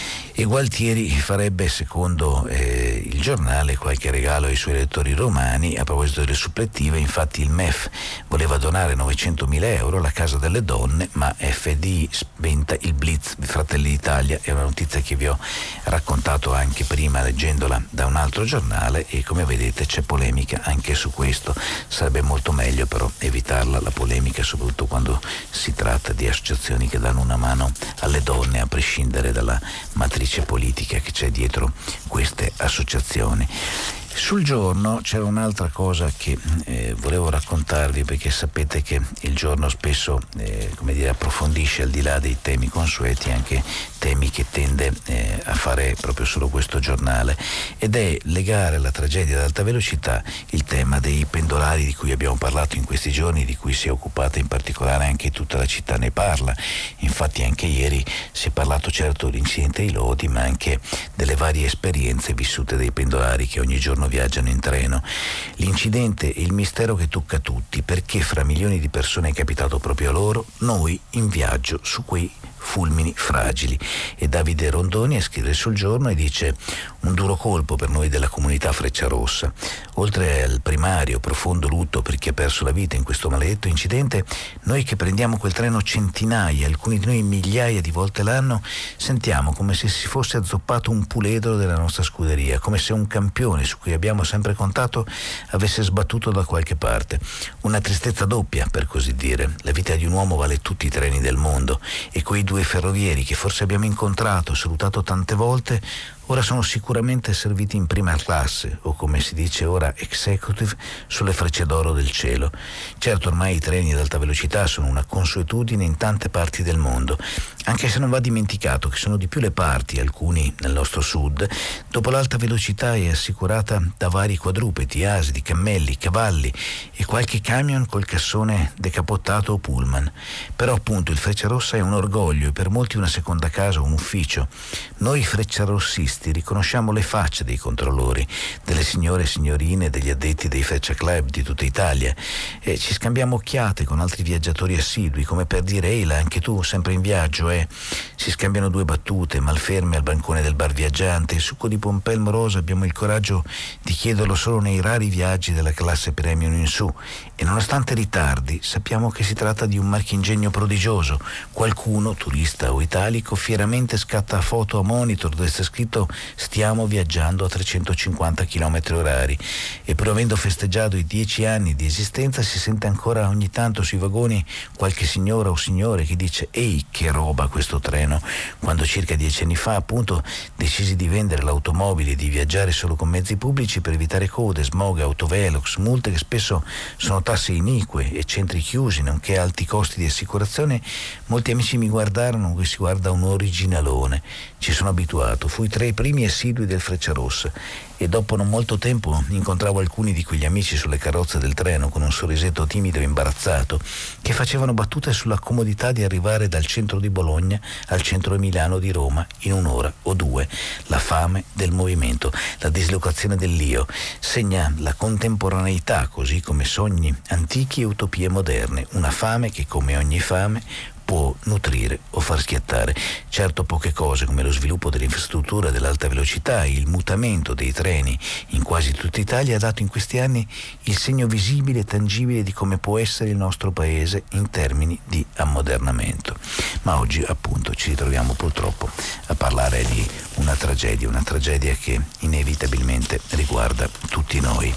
S2: E Gualtieri farebbe, secondo eh, il giornale, qualche regalo ai suoi elettori romani. A proposito delle supplettive, infatti il M E F voleva donare novecentomila euro alla Casa delle Donne, ma F D I spenta il blitz di Fratelli d'Italia. È una notizia che vi ho raccontato anche prima leggendola da un altro giornale, e come vedete c'è polemica anche su questo. Sarebbe molto meglio però evitarla, la polemica, soprattutto quando si tratta di associazioni che danno una mano alle donne, a prescindere dalla matrice politica che c'è dietro queste associazioni. Sul Giorno c'era un'altra cosa che eh, volevo raccontarvi, perché sapete che il Giorno spesso eh, come dire, approfondisce, al di là dei temi consueti, anche temi che tende eh, a fare proprio solo questo giornale, ed è legare alla tragedia ad alta velocità il tema dei pendolari di cui abbiamo parlato in questi giorni, di cui si è occupata in particolare anche tutta la città ne parla. Infatti anche ieri si è parlato certo dell'incidente di Lodi, ma anche delle varie esperienze vissute dai pendolari che ogni giorno viaggiano in treno. L'incidente è il mistero che tocca tutti, perché fra milioni di persone è capitato proprio a loro, noi in viaggio su quei fulmini fragili. E Davide Rondoni a scrivere sul Giorno e dice: un duro colpo per noi della comunità Frecciarossa. Oltre al primario profondo lutto per chi ha perso la vita in questo maledetto incidente, noi che prendiamo quel treno centinaia, alcuni di noi migliaia di volte l'anno, sentiamo come se si fosse azzoppato un puledro della nostra scuderia, come se un campione su cui abbiamo sempre contato avesse sbattuto da qualche parte. Una tristezza doppia, per così dire. La vita di un uomo vale tutti i treni del mondo, e quei due ferrovieri che forse abbiamo incontrato, salutato tante volte, ora sono sicuramente serviti in prima classe, o come si dice ora executive, sulle frecce d'oro del cielo. Certo, ormai i treni ad alta velocità sono una consuetudine in tante parti del mondo, anche se non va dimenticato che sono di più le parti, alcuni nel nostro sud, dopo l'alta velocità è assicurata da vari quadrupedi, asini, cammelli, cavalli e qualche camion col cassone decapottato o pullman. Però appunto il Frecciarossa è un orgoglio e per molti una seconda casa o un ufficio. Noi frecciarossisti riconosciamo le facce dei controllori, delle signore e signorine, degli addetti dei Freccia Club di tutta Italia, e ci scambiamo occhiate con altri viaggiatori assidui, come per dire: eila, anche tu sempre in viaggio, eh? Si scambiano due battute malferme al bancone del bar viaggiante. Il succo di Pompelmo Rosa abbiamo il coraggio di chiederlo solo nei rari viaggi della classe premium in su, e nonostante ritardi sappiamo che si tratta di un marchingegno prodigioso. Qualcuno, turista o italico, fieramente scatta foto a monitor dove sta scritto: stiamo viaggiando a trecentocinquanta chilometri orari, e pur avendo festeggiato i dieci anni di esistenza si sente ancora ogni tanto sui vagoni qualche signora o signore che dice: ehi, che roba questo treno, quando circa dieci anni fa appunto decisi di vendere l'automobile e di viaggiare solo con mezzi pubblici per evitare code, smog, autovelox, multe che spesso sono tasse inique e centri chiusi, nonché alti costi di assicurazione. Molti amici mi guardarono come si guarda un originalone. Ci sono abituato, fui tra i primi assidui del Frecciarossa, e dopo non molto tempo incontravo alcuni di quegli amici sulle carrozze del treno con un sorrisetto timido e imbarazzato, che facevano battute sulla comodità di arrivare dal centro di Bologna al centro di Milano di Roma in un'ora o due. La fame del movimento, la dislocazione dell'io, segna la contemporaneità, così come sogni antichi e utopie moderne. Una fame che, come ogni fame, può nutrire o far schiattare. Certo, poche cose come lo sviluppo dell'infrastruttura dell'alta velocità e il mutamento dei treni in quasi tutta Italia ha dato in questi anni il segno visibile e tangibile di come può essere il nostro paese in termini di ammodernamento. Ma oggi appunto ci ritroviamo purtroppo a parlare di una tragedia, una tragedia che inevitabilmente riguarda tutti noi.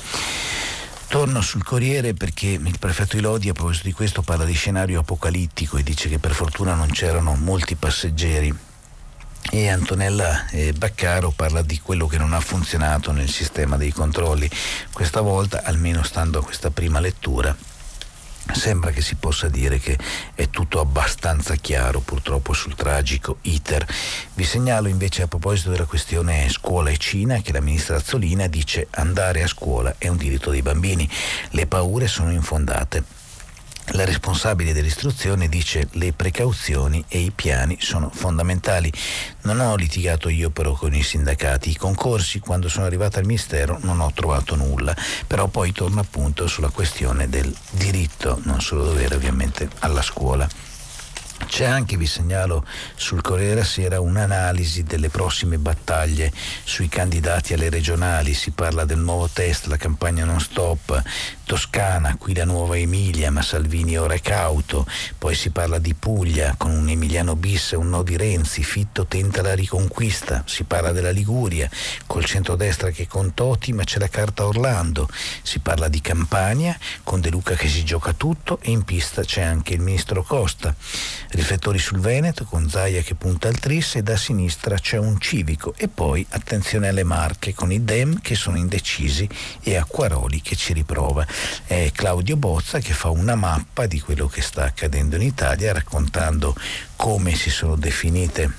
S2: Torno sul Corriere perché il prefetto di Lodi, a proposito di questo, parla di scenario apocalittico e dice che per fortuna non c'erano molti passeggeri e Antonella eh, Baccaro parla di quello che non ha funzionato nel sistema dei controlli. Questa volta, almeno stando a questa prima lettura, sembra che si possa dire che è tutto abbastanza chiaro, purtroppo, sul tragico iter. Vi segnalo invece, a proposito della questione scuola e Cina, che la ministra Azzolina dice: andare a scuola è un diritto dei bambini, le paure sono infondate. La responsabile dell'istruzione dice: le precauzioni e i piani sono fondamentali. Non ho litigato io però con i sindacati, i concorsi, quando sono arrivata al Ministero non ho trovato nulla, però poi torno appunto sulla questione del diritto, non solo dovere ovviamente, alla scuola. C'è anche, vi segnalo, sul Corriere della Sera un'analisi delle prossime battaglie sui candidati alle regionali. Si parla del nuovo test, la campagna non stop, Toscana, qui la nuova Emilia, ma Salvini ora è cauto. Poi si parla di Puglia con un Emiliano bis e un no di Renzi, Fitto tenta la riconquista. Si parla della Liguria col centrodestra che con Toti, ma c'è la carta Orlando. Si parla di Campania con De Luca che si gioca tutto e in pista c'è anche il ministro Costa. Riflettori sul Veneto con Zaia che punta al tris e da sinistra c'è un civico. E poi attenzione alle Marche con i Dem che sono indecisi e Acquaroli che ci riprova. È Claudio Bozza che fa una mappa di quello che sta accadendo in Italia, raccontando come si sono definite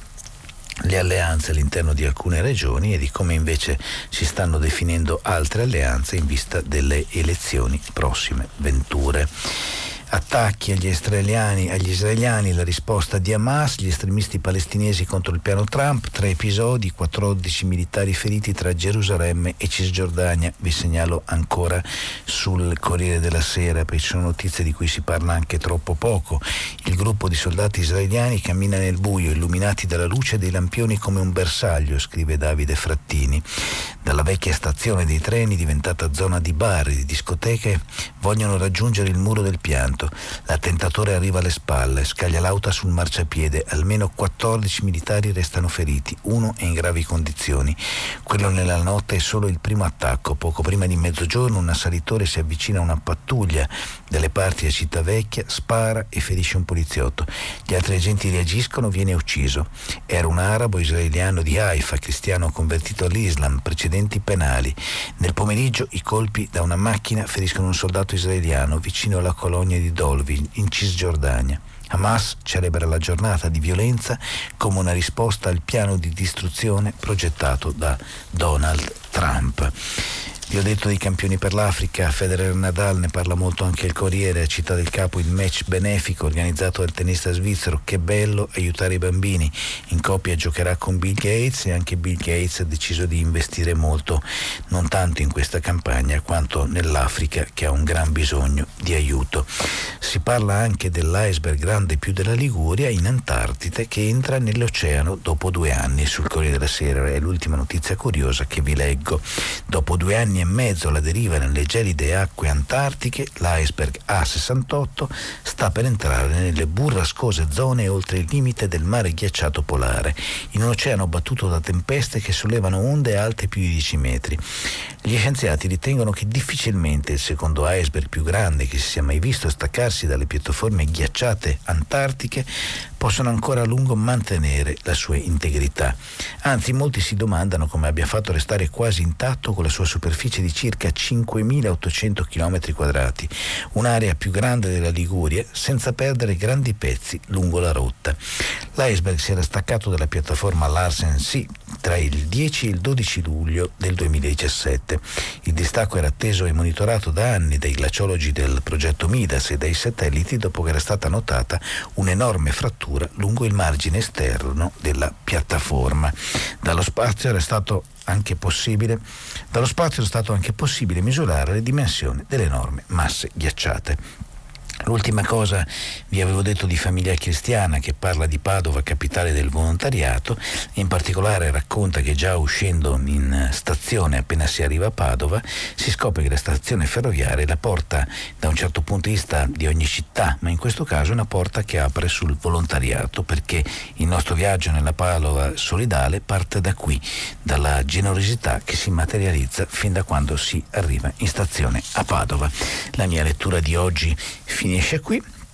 S2: le alleanze all'interno di alcune regioni e di come invece si stanno definendo altre alleanze in vista delle elezioni prossime venture. Attacchi agli israeliani, agli israeliani, la risposta di Hamas, gli estremisti palestinesi contro il piano Trump, tre episodi, quattordici militari feriti tra Gerusalemme e Cisgiordania. Vi segnalo ancora sul Corriere della Sera, perché ci sono notizie di cui si parla anche troppo poco. Il gruppo di soldati israeliani cammina nel buio, illuminati dalla luce dei lampioni come un bersaglio, scrive Davide Frattini. Dalla vecchia stazione dei treni, diventata zona di bar e di discoteche, vogliono raggiungere il muro del pianto. L'attentatore arriva alle spalle, scaglia l'auto sul marciapiede, almeno quattordici militari restano feriti, uno è in gravi condizioni. Quello nella notte è solo il primo attacco. Poco prima di mezzogiorno un assalitore si avvicina a una pattuglia dalle parti di Cittavecchia, spara e ferisce un poliziotto. Gli altri agenti reagiscono, viene ucciso. Era un arabo israeliano di Haifa, cristiano convertito all'Islam, precedenti penali. Nel pomeriggio i colpi da una macchina feriscono un soldato israeliano vicino alla colonia di Dolvi, in Cisgiordania. Hamas celebra la giornata di violenza come una risposta al piano di distruzione progettato da Donald Trump. Vi ho detto dei campioni per l'Africa, Federer Nadal, ne parla molto anche il Corriere, a Città del Capo il match benefico organizzato dal tennista svizzero, che bello aiutare i bambini, in coppia giocherà con Bill Gates e anche Bill Gates ha deciso di investire molto, non tanto in questa campagna quanto nell'Africa che ha un gran bisogno di aiuto. Si parla anche dell'iceberg grande più della Liguria in Antartide che entra nell'oceano dopo due anni, sul Corriere della Sera è l'ultima notizia curiosa che vi leggo. Dopo due anni e mezzo alla deriva nelle gelide acque antartiche, l'iceberg A sessantotto sta per entrare nelle burrascose zone oltre il limite del mare ghiacciato polare, in un oceano battuto da tempeste che sollevano onde alte più di dieci metri. Gli scienziati ritengono che difficilmente il secondo iceberg più grande che si sia mai visto staccarsi dalle piattaforme ghiacciate antartiche possono ancora a lungo mantenere la sua integrità. Anzi, molti si domandano come abbia fatto a restare quasi intatto con la sua superficie di circa cinquemilaottocento chilometri quadrati, un'area più grande della Liguria, senza perdere grandi pezzi lungo la rotta. L'iceberg si era staccato dalla piattaforma Larsen C tra il dieci e il dodici luglio del duemiladiciassette. Il distacco era atteso e monitorato da anni dai glaciologi del progetto Midas e dai satelliti dopo che era stata notata un'enorme frattura lungo il margine esterno della piattaforma. Dallo spazio era stato anche possibile, dallo spazio è stato anche possibile misurare le dimensioni delle enormi masse ghiacciate. L'ultima cosa vi avevo detto di Famiglia Cristiana, che parla di Padova, capitale del volontariato, in particolare racconta che già uscendo in stazione, appena si arriva a Padova, si scopre che la stazione ferroviaria è la porta da un certo punto di vista di ogni città, ma in questo caso è una porta che apre sul volontariato, perché il nostro viaggio nella Padova solidale parte da qui, dalla generosità che si materializza fin da quando si arriva in stazione a Padova. La mia lettura di oggi finisce qui.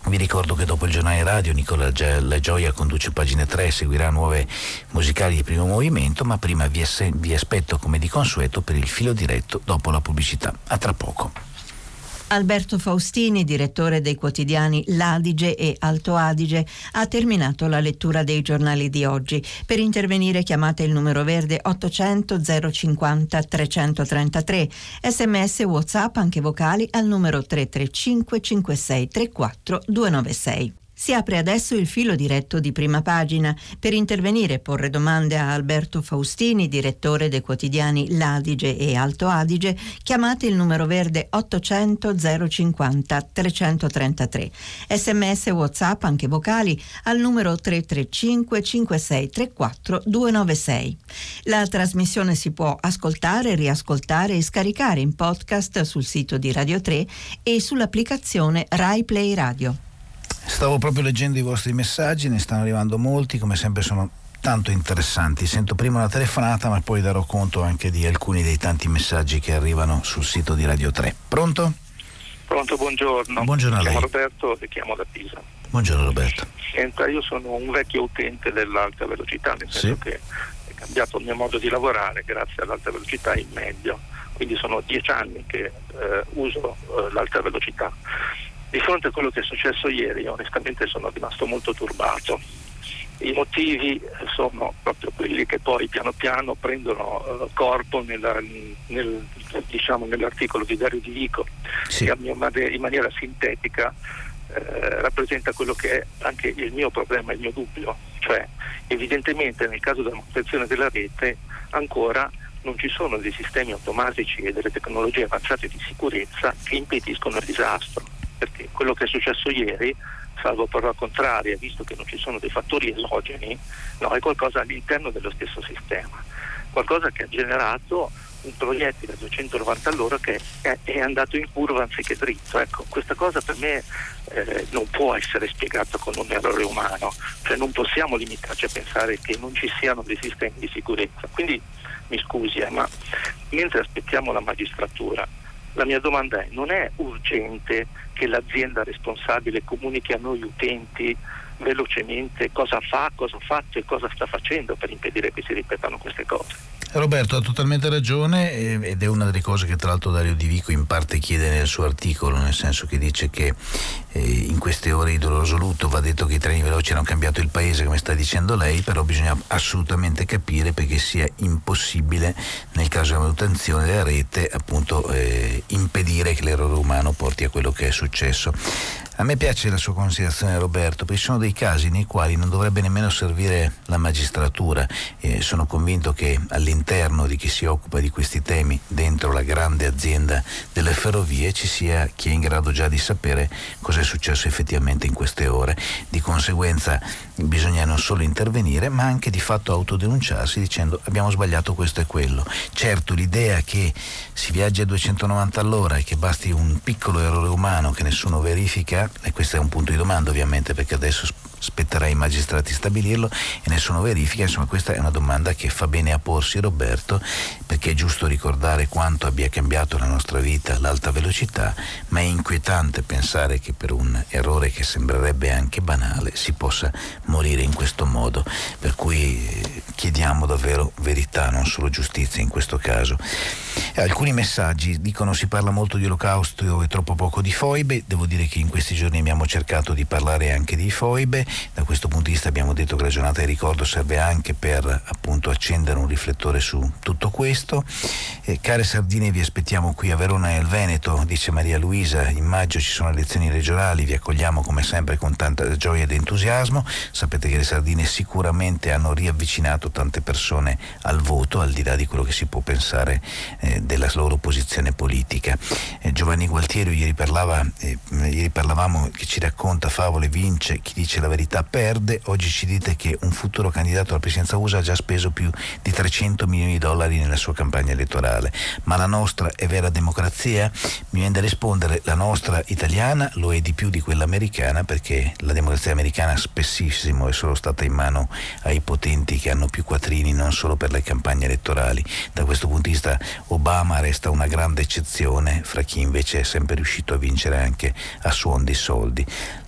S2: Vi ricordo che dopo il giornale radio Nicola La Gioia conduce Pagine tre, seguirà nuove musicali di Primo Movimento, ma prima vi, es- vi aspetto come di consueto per il filo diretto dopo la pubblicità. A tra poco.
S1: Alberto Faustini, direttore dei quotidiani L'Adige e Alto Adige, ha terminato la lettura dei giornali di oggi. Per intervenire chiamate il numero verde ottocento zero cinquanta trecentotrentatré, sms WhatsApp anche vocali al numero tre tre cinque cinque sei tre quattro due nove sei. Si apre adesso il filo diretto di Prima Pagina. Per intervenire e porre domande a Alberto Faustini, direttore dei quotidiani L'Adige e Alto Adige, chiamate il numero verde ottocento zero cinquanta trecentotrentatré. Sms WhatsApp anche vocali al numero tre tre cinque cinque sei tre quattro due nove sei. La trasmissione si può ascoltare, riascoltare e scaricare in podcast sul sito di Radio tre e sull'applicazione Rai Play Radio.
S2: Stavo proprio leggendo i vostri messaggi, ne stanno arrivando molti, come sempre sono tanto interessanti. Sento prima una telefonata, ma poi darò conto anche di alcuni dei tanti messaggi che arrivano sul sito di Radio tre. Pronto?
S3: Pronto, buongiorno.
S2: Buongiorno a lei.
S3: Mi chiamo Roberto e chiamo da Pisa.
S2: Buongiorno Roberto.
S3: Senta, io sono un vecchio utente dell'alta velocità, nel senso
S2: sì.
S3: che è cambiato il mio modo di lavorare grazie all'alta velocità in meglio. Quindi sono dieci anni che eh, uso eh, l'alta velocità. Di fronte a quello che è successo ieri, onestamente sono rimasto molto turbato. I motivi sono proprio quelli che poi piano piano prendono uh, corpo nella, nel, diciamo, nell'articolo di Dario Di Vico, sì. che a mio, in maniera sintetica eh, rappresenta quello che è anche il mio problema, il mio dubbio. Cioè, evidentemente nel caso della manutenzione della rete ancora non ci sono dei sistemi automatici e delle tecnologie avanzate di sicurezza che impediscono il disastro. Perché quello che è successo ieri, salvo prova contraria, visto che non ci sono dei fattori esogeni, no, è qualcosa all'interno dello stesso sistema, qualcosa che ha generato un proiettile a duecentonovanta all'ora che è, è andato in curva anziché dritto. Ecco, questa cosa per me eh, non può essere spiegata con un errore umano, cioè non possiamo limitarci a pensare che non ci siano dei sistemi di sicurezza. Quindi mi scusi, eh, ma mentre aspettiamo la magistratura, la mia domanda è: non è urgente che l'azienda responsabile comunichi a noi utenti velocemente cosa fa, cosa ha fatto e cosa sta facendo per impedire che si ripetano queste cose?
S2: Roberto ha totalmente ragione, ed è una delle cose che tra l'altro Dario Di Vico in parte chiede nel suo articolo, nel senso che dice che eh, in queste ore di doloroso lutto va detto che i treni veloci hanno cambiato il paese, come sta dicendo lei, però bisogna assolutamente capire perché sia impossibile nel caso della manutenzione della rete appunto eh, impedire che l'errore umano porti a quello che è successo. A me piace la sua considerazione, Roberto, perché ci sono dei casi nei quali non dovrebbe nemmeno servire la magistratura. Eh, sono convinto che all'interno di chi si occupa di questi temi, dentro la grande azienda delle ferrovie, ci sia chi è in grado già di sapere cosa è successo effettivamente in queste ore. Di conseguenza bisogna non solo intervenire, ma anche di fatto autodenunciarsi dicendo: abbiamo sbagliato questo e quello. Certo, l'idea che si viaggia a duecentonovanta all'ora e che basti un piccolo errore umano che nessuno verifica, e questo è un punto di domanda ovviamente, perché adesso spetterà ai magistrati stabilirlo, e nessuno verifica. Insomma, questa è una domanda che fa bene a porsi, Roberto, perché è giusto ricordare quanto abbia cambiato la nostra vita l'alta velocità, ma è inquietante pensare che per un errore che sembrerebbe anche banale si possa morire in questo modo, per cui chiediamo davvero verità, non solo giustizia in questo caso. Alcuni messaggi dicono: si parla molto di olocausto e troppo poco di foibe. Devo dire che in questi giorni abbiamo cercato di parlare anche di foibe. Da questo punto di vista abbiamo detto che la giornata di ricordo serve anche per appunto accendere un riflettore su tutto questo. Eh, care sardine, vi aspettiamo qui a Verona e al Veneto, dice Maria Luisa. In maggio ci sono elezioni regionali, vi accogliamo come sempre con tanta gioia ed entusiasmo. Sapete che le sardine sicuramente hanno riavvicinato tante persone al voto, al di là di quello che si può pensare eh, della loro posizione politica. Eh, Giovanni Gualtieri ieri parlava, eh, ieri parlavamo che ci racconta favole, vince chi dice la verità perde. Oggi ci dite che un futuro candidato alla presidenza U S A ha già speso più di trecento milioni di dollari nella sua campagna elettorale. Ma la nostra è vera democrazia? Mi viene da rispondere: la nostra italiana lo è di più di quella americana, perché la democrazia americana spessissimo è solo stata in mano ai potenti che hanno più quattrini, non solo per le campagne elettorali. Da questo punto di vista Obama resta una grande eccezione fra chi invece è sempre riuscito a vincere anche a suon di soldi.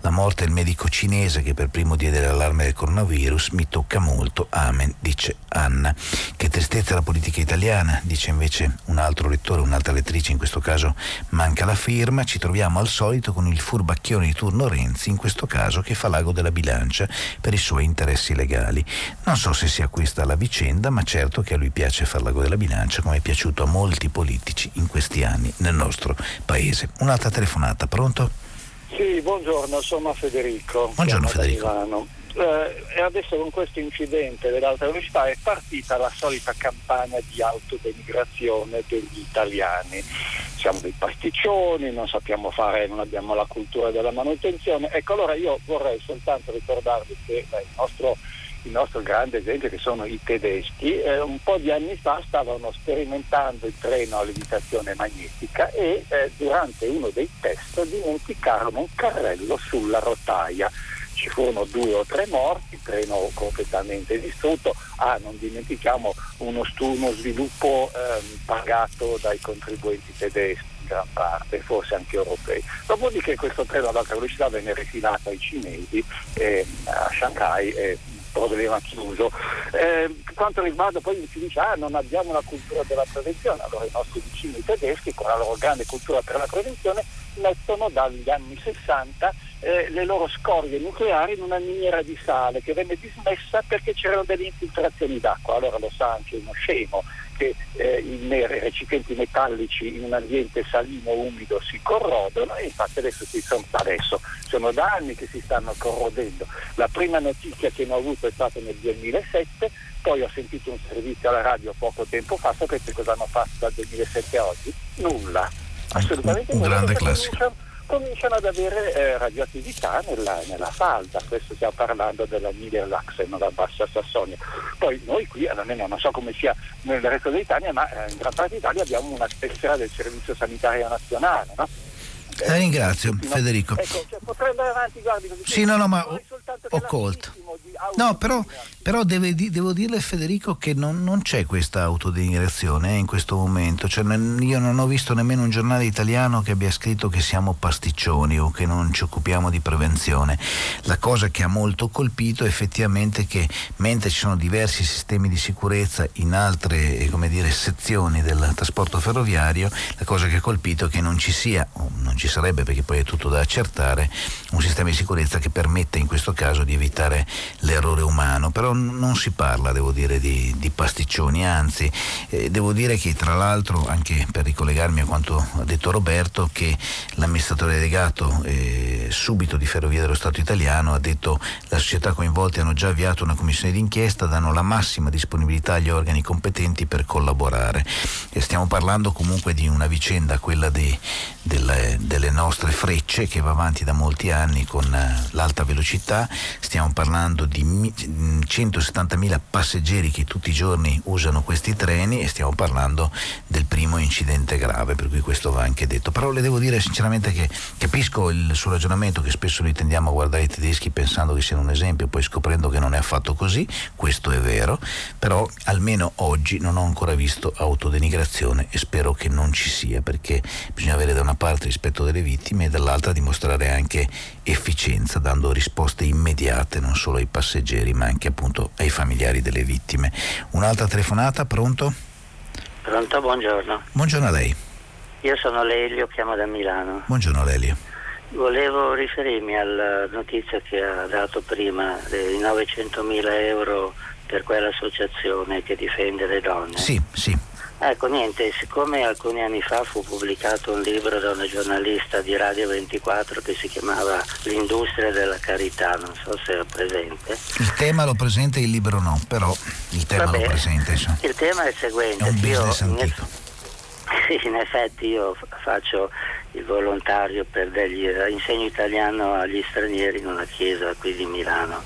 S2: la morte del medico cinese che per primo diede l'allarme del coronavirus mi tocca molto, amen, dice Anna. Che tristezza la politica italiana, dice invece un altro lettore, un'altra lettrice, in questo caso manca la firma. Ci troviamo al solito con il furbacchione di turno Renzi, in questo caso che fa l'ago della bilancia per i suoi interessi legali. Non so se sia questa la vicenda, ma certo che a lui piace far l'ago della bilancia, come è piaciuto a molti politici in questi anni nel nostro paese. Un'altra telefonata, pronto?
S4: Sì, buongiorno, sono Federico.
S2: Buongiorno Federico.
S4: Eh, e adesso con questo incidente dell'alta velocità è partita la solita campagna di autodenigrazione degli italiani. Siamo dei pasticcioni, non sappiamo fare, non abbiamo la cultura della manutenzione. Ecco, allora io vorrei soltanto ricordarvi che beh, il nostro il nostro grande esempio, che sono i tedeschi, eh, un po' di anni fa stavano sperimentando il treno a levitazione magnetica e eh, durante uno dei test dimenticarono un carrello sulla rotaia. Ci furono due o tre morti, il treno completamente distrutto. Ah, non dimentichiamo uno, stu- uno sviluppo ehm, pagato dai contribuenti tedeschi in gran parte, forse anche europei. Dopodiché questo treno ad alta velocità venne rifilato ai cinesi eh, a Shanghai e problema chiuso. Eh, quanto riguarda poi si dice ah non abbiamo la cultura della prevenzione, allora i nostri vicini tedeschi con la loro grande cultura per la prevenzione mettono dagli anni sessanta eh, le loro scorie nucleari in una miniera di sale che venne dismessa perché c'erano delle infiltrazioni d'acqua. Allora lo sa anche uno scemo che eh, i recipienti metallici in un ambiente salino umido si corrodono e infatti adesso si sono adesso sono da anni che si stanno corrodendo. La prima notizia che ne ho avuto è stata nel duemilasette, poi ho sentito un servizio alla radio poco tempo fa. Sapete cosa hanno fatto dal duemilasette a oggi? Nulla, assolutamente
S2: un, un
S4: nulla.
S2: grande classico.
S4: Cominciano, cominciano ad avere eh, radioattività nella, nella falda. Questo stiamo parlando della Niedersachsen, la Bassa Sassonia. Poi noi qui almeno non so come sia nel resto d'Italia, ma eh, in gran parte d'Italia abbiamo una tessera del Servizio Sanitario Nazionale, no?
S2: Eh, ringrazio no, Federico.
S4: Ecco, cioè, potrei andare avanti, guardi,
S2: sì, no, no, ma ho, ho colto. No, però, però deve, devo dirle Federico che non, non c'è questa autodenigrazione eh, in questo momento. Cioè, io non ho visto nemmeno un giornale italiano che abbia scritto che siamo pasticcioni o che non ci occupiamo di prevenzione. La cosa che ha molto colpito è effettivamente che mentre ci sono diversi sistemi di sicurezza in altre come dire, sezioni del trasporto ferroviario, la cosa che ha colpito è che non ci sia, o non ci sarebbe perché poi è tutto da accertare, un sistema di sicurezza che permette in questo caso di evitare l'errore umano. Però non si parla, devo dire, di, di pasticcioni, anzi eh, devo dire che tra l'altro, anche per ricollegarmi a quanto ha detto Roberto, che l'amministratore delegato eh, subito di Ferrovie dello Stato Italiano ha detto le società coinvolte hanno già avviato una commissione d'inchiesta, danno la massima disponibilità agli organi competenti per collaborare. E stiamo parlando comunque di una vicenda, quella di, delle, delle nostre frecce, che va avanti da molti anni con uh, l'alta velocità. Stiamo parlando di centosettantamila passeggeri che tutti i giorni usano questi treni e stiamo parlando del primo incidente grave, per cui questo va anche detto. Però le devo dire sinceramente che capisco il suo ragionamento, che spesso noi tendiamo a guardare i tedeschi pensando che siano un esempio, poi scoprendo che non è affatto così. Questo è vero, però almeno oggi non ho ancora visto autodenigrazione e spero che non ci sia, perché bisogna avere da una parte rispetto delle vittime e dall'altra dimostrare anche efficienza, dando risposte immediate non solo ai passeggeri ma anche appunto ai familiari delle vittime. Un'altra telefonata, pronto?
S5: Pronto, buongiorno.
S2: Buongiorno a lei.
S5: Io sono Lelio, chiamo da Milano.
S2: Buongiorno Lelio.
S5: Volevo riferirmi alla notizia che ha dato prima, dei novecentomila euro per quell'associazione che difende le donne.
S2: Sì, sì.
S5: Ecco, niente, siccome alcuni anni fa fu pubblicato un libro da una giornalista di Radio ventiquattro che si chiamava L'industria della carità, non so se è presente.
S2: Il tema lo presente, il libro no, però il tema
S5: Vabbè,
S2: lo presente. Insomma.
S5: Il tema è il seguente.
S2: È un business
S5: io,
S2: antico.
S5: Sì, in effetti io faccio il volontario per degli, insegno italiano agli stranieri in una chiesa qui di Milano.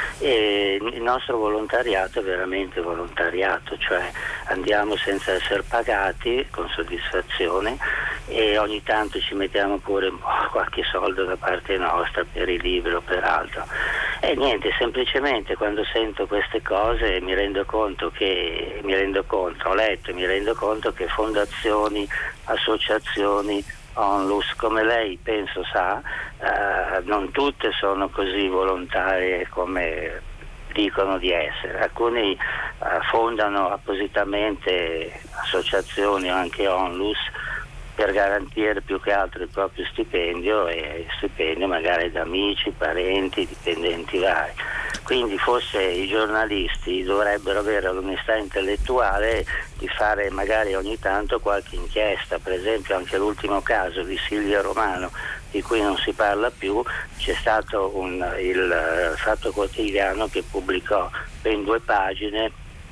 S5: E il nostro volontariato è veramente volontariato, cioè andiamo senza essere pagati, con soddisfazione, e ogni tanto ci mettiamo pure qualche soldo da parte nostra per i libri o per altro. E niente, semplicemente quando sento queste cose mi rendo conto che mi rendo conto, ho letto e mi rendo conto che fondazioni, associazioni, Onlus. Come lei penso sa, eh, non tutte sono così volontarie come dicono di essere. Alcuni eh, fondano appositamente associazioni o anche Onlus per garantire più che altro il proprio stipendio e stipendio magari da amici, parenti, dipendenti vari. Quindi forse i giornalisti dovrebbero avere l'onestà intellettuale di fare magari ogni tanto qualche inchiesta. Per esempio anche l'ultimo caso di Silvia Romano, di cui non si parla più, c'è stato un, il Fatto Quotidiano che pubblicò ben due pagine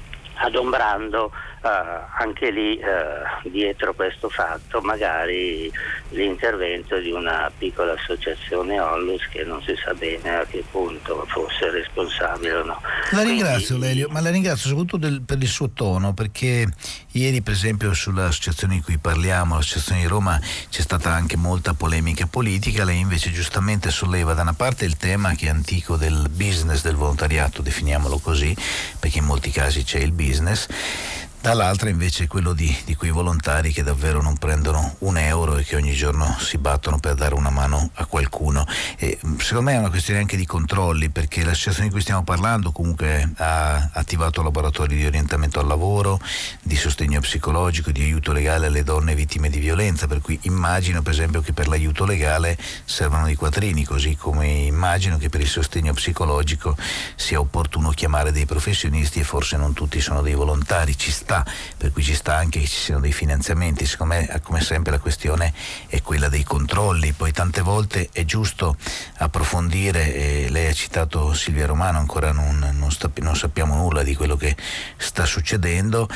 S5: adombrando uh, anche lì uh, dietro questo fatto magari l'intervento di una piccola associazione Onlus che non si sa bene a che punto fosse responsabile o no.
S2: La ringrazio
S5: Quindi,
S2: Lelio, ma la ringrazio soprattutto del, per il suo tono, perché ieri per esempio sull'associazione di cui parliamo, l'associazione di Roma, c'è stata anche molta polemica politica. Lei invece giustamente solleva da una parte il tema che è antico del business del volontariato, definiamolo così, perché in molti casi c'è il business, dall'altra invece quello di, di quei volontari che davvero non prendono un euro e che ogni giorno si battono per dare una mano a qualcuno. E secondo me è una questione anche di controlli, perché l'associazione di cui stiamo parlando comunque ha attivato laboratori di orientamento al lavoro, di sostegno psicologico, di aiuto legale alle donne vittime di violenza, per cui immagino per esempio che per l'aiuto legale servano i quattrini, così come immagino che per il sostegno psicologico sia opportuno chiamare dei professionisti, e forse non tutti sono dei volontari. Ci sta, per cui ci sta anche che ci siano dei finanziamenti. Secondo me, come sempre, la questione è quella dei controlli. Poi tante volte è giusto approfondire, eh, lei ha citato Silvia Romano, ancora non, non, sta, non sappiamo nulla di quello che sta succedendo,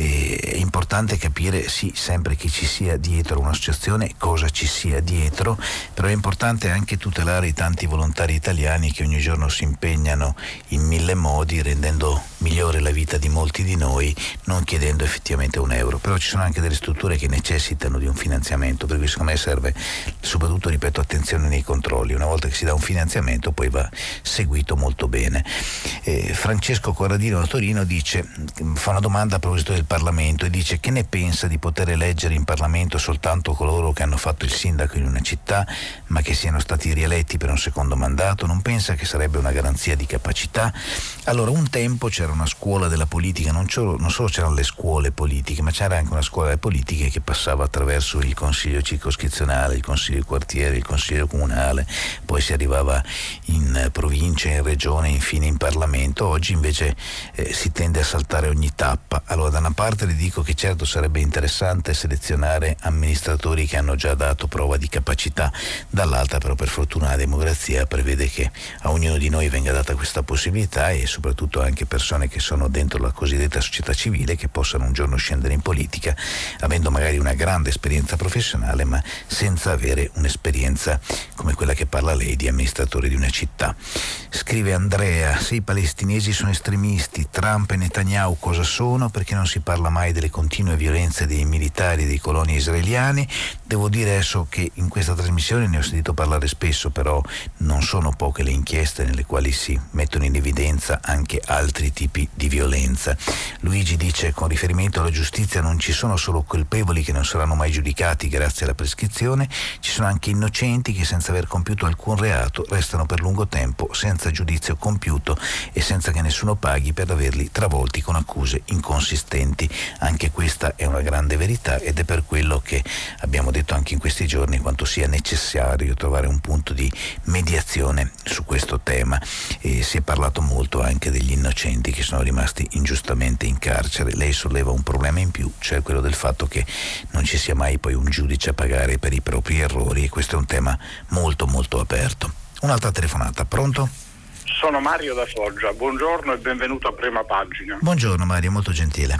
S2: e è importante capire sì sempre chi ci sia dietro un'associazione, cosa ci sia dietro, però è importante anche tutelare i tanti volontari italiani che ogni giorno si impegnano in mille modi, rendendo migliore la vita di molti di noi, non chiedendo effettivamente un euro. Però ci sono anche delle strutture che necessitano di un finanziamento, per cui secondo me serve soprattutto, ripeto, attenzione nei controlli. Una volta che si dà un finanziamento poi va seguito molto bene. eh, Francesco Corradino da Torino dice, fa una domanda a proposito del Parlamento e dice: che ne pensa di poter eleggere in Parlamento soltanto coloro che hanno fatto il sindaco in una città ma che siano stati rieletti per un secondo mandato? Non pensa che sarebbe una garanzia di capacità? Allora, un tempo c'era una scuola della politica, non, non solo c'erano le scuole politiche, ma c'era anche una scuola delle politiche che passava attraverso il consiglio circoscrizionale, il consiglio di quartiere, il consiglio comunale, poi si arrivava in provincia, in regione, infine in Parlamento. Oggi invece eh, si tende a saltare ogni tappa. Allora, da una parte le dico che certo sarebbe interessante selezionare amministratori che hanno già dato prova di capacità, dall'altra però per fortuna la democrazia prevede che a ognuno di noi venga data questa possibilità, e soprattutto anche persone che sono dentro la cosiddetta società civile, che possano un giorno scendere in politica avendo magari una grande esperienza professionale ma senza avere un'esperienza come quella che parla lei di amministratore di una città. Scrive Andrea: se i palestinesi sono estremisti, Trump e Netanyahu cosa sono? Perché non si parla mai delle continue violenze dei militari dei coloni israeliani? Devo dire adesso che in questa trasmissione ne ho sentito parlare spesso, però non sono poche le inchieste nelle quali si mettono in evidenza anche altri tipi di violenza. Luigi dice: con riferimento alla giustizia non ci sono solo colpevoli che non saranno mai giudicati grazie alla prescrizione, ci sono anche innocenti che senza aver compiuto alcun reato restano per lungo tempo senza giudizio compiuto e senza che nessuno paghi per averli travolti con accuse inconsistenti. Anche questa è una grande verità, ed è per quello che abbiamo detto anche in questi giorni quanto sia necessario trovare un punto di mediazione su questo tema. E si è parlato molto anche degli innocenti che sono rimasti ingiustamente in carcere. Lei solleva un problema in più, cioè quello del fatto che non ci sia mai poi un giudice a pagare per i propri errori, e questo è un tema molto molto aperto. Un'altra telefonata, pronto?
S6: Sono Mario da Foggia, buongiorno e benvenuto a Prima Pagina.
S2: Buongiorno Mario, molto gentile.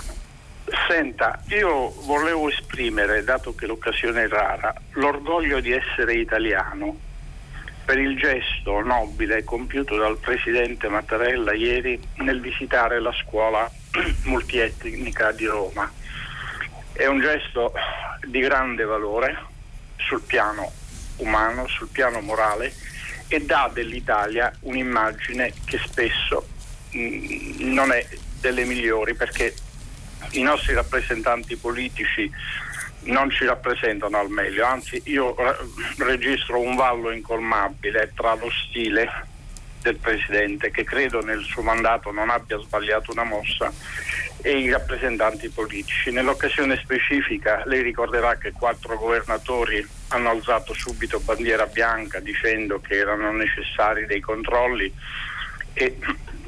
S6: Senta, io volevo esprimere, dato che l'occasione è rara, l'orgoglio di essere italiano per il gesto nobile compiuto dal presidente Mattarella ieri nel visitare la scuola multietnica di Roma. È un gesto di grande valore sul piano umano, sul piano morale, e dà dell'Italia un'immagine che spesso mh, non è delle migliori, perché i nostri rappresentanti politici non ci rappresentano al meglio, anzi io registro un vallo incolmabile tra lo stile del Presidente, che credo nel suo mandato non abbia sbagliato una mossa, e i rappresentanti politici. Nell'occasione specifica lei ricorderà che quattro governatori hanno alzato subito bandiera bianca dicendo che erano necessari dei controlli e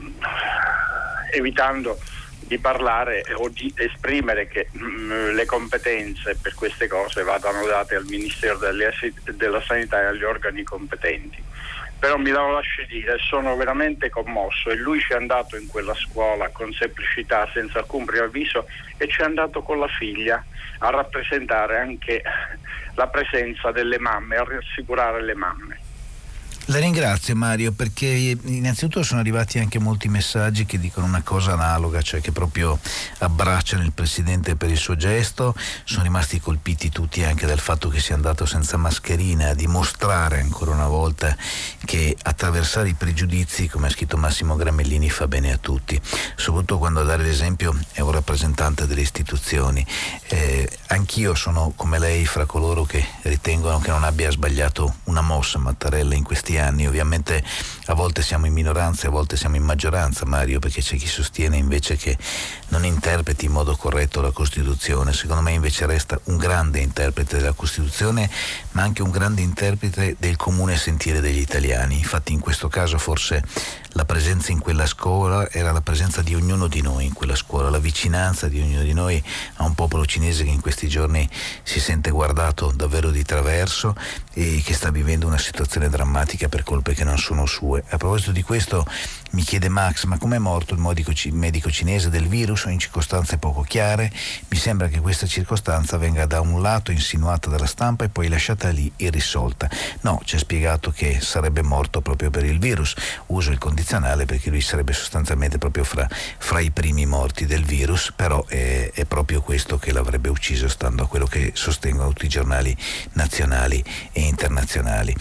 S6: evitando di parlare o di esprimere che mh, le competenze per queste cose vadano date al Ministero delle, della Sanità e agli organi competenti. Però mi lo lasci dire, sono veramente commosso, e lui ci è andato in quella scuola con semplicità, senza alcun preavviso, e ci è andato con la figlia a rappresentare anche la presenza delle mamme, a rassicurare le mamme.
S2: La ringrazio Mario, perché innanzitutto sono arrivati anche molti messaggi che dicono una cosa analoga, cioè che proprio abbracciano il Presidente per il suo gesto. Sono rimasti colpiti tutti anche dal fatto che sia andato senza mascherina, a dimostrare ancora una volta che attraversare i pregiudizi, come ha scritto Massimo Gramellini, fa bene a tutti, soprattutto quando a dare l'esempio è un rappresentante delle istituzioni. Eh, anch'io sono come lei fra coloro che ritengono che non abbia sbagliato una mossa Mattarella in questi anni. Ovviamente a volte siamo in minoranza e a volte siamo in maggioranza, Mario, perché c'è chi sostiene invece che non interpreti in modo corretto la Costituzione. Secondo me invece resta un grande interprete della Costituzione, ma anche un grande interprete del comune sentire degli italiani. Infatti in questo caso forse la presenza in quella scuola era la presenza di ognuno di noi in quella scuola, la vicinanza di ognuno di noi a un popolo cinese che in questi giorni si sente guardato davvero di traverso e che sta vivendo una situazione drammatica per colpe che non sono sue. A proposito di questo mi chiede Max, ma com'è morto il medico, il medico cinese del virus in circostanze poco chiare? Mi sembra che questa circostanza venga da un lato insinuata dalla stampa e poi lasciata lì irrisolta. No, ci ha spiegato che sarebbe morto proprio per il virus. Uso il condizionale perché lui sarebbe sostanzialmente proprio fra, fra i primi morti del virus, però è, è proprio questo che l'avrebbe ucciso, stando a quello che sostengono tutti i giornali nazionali e internazionali.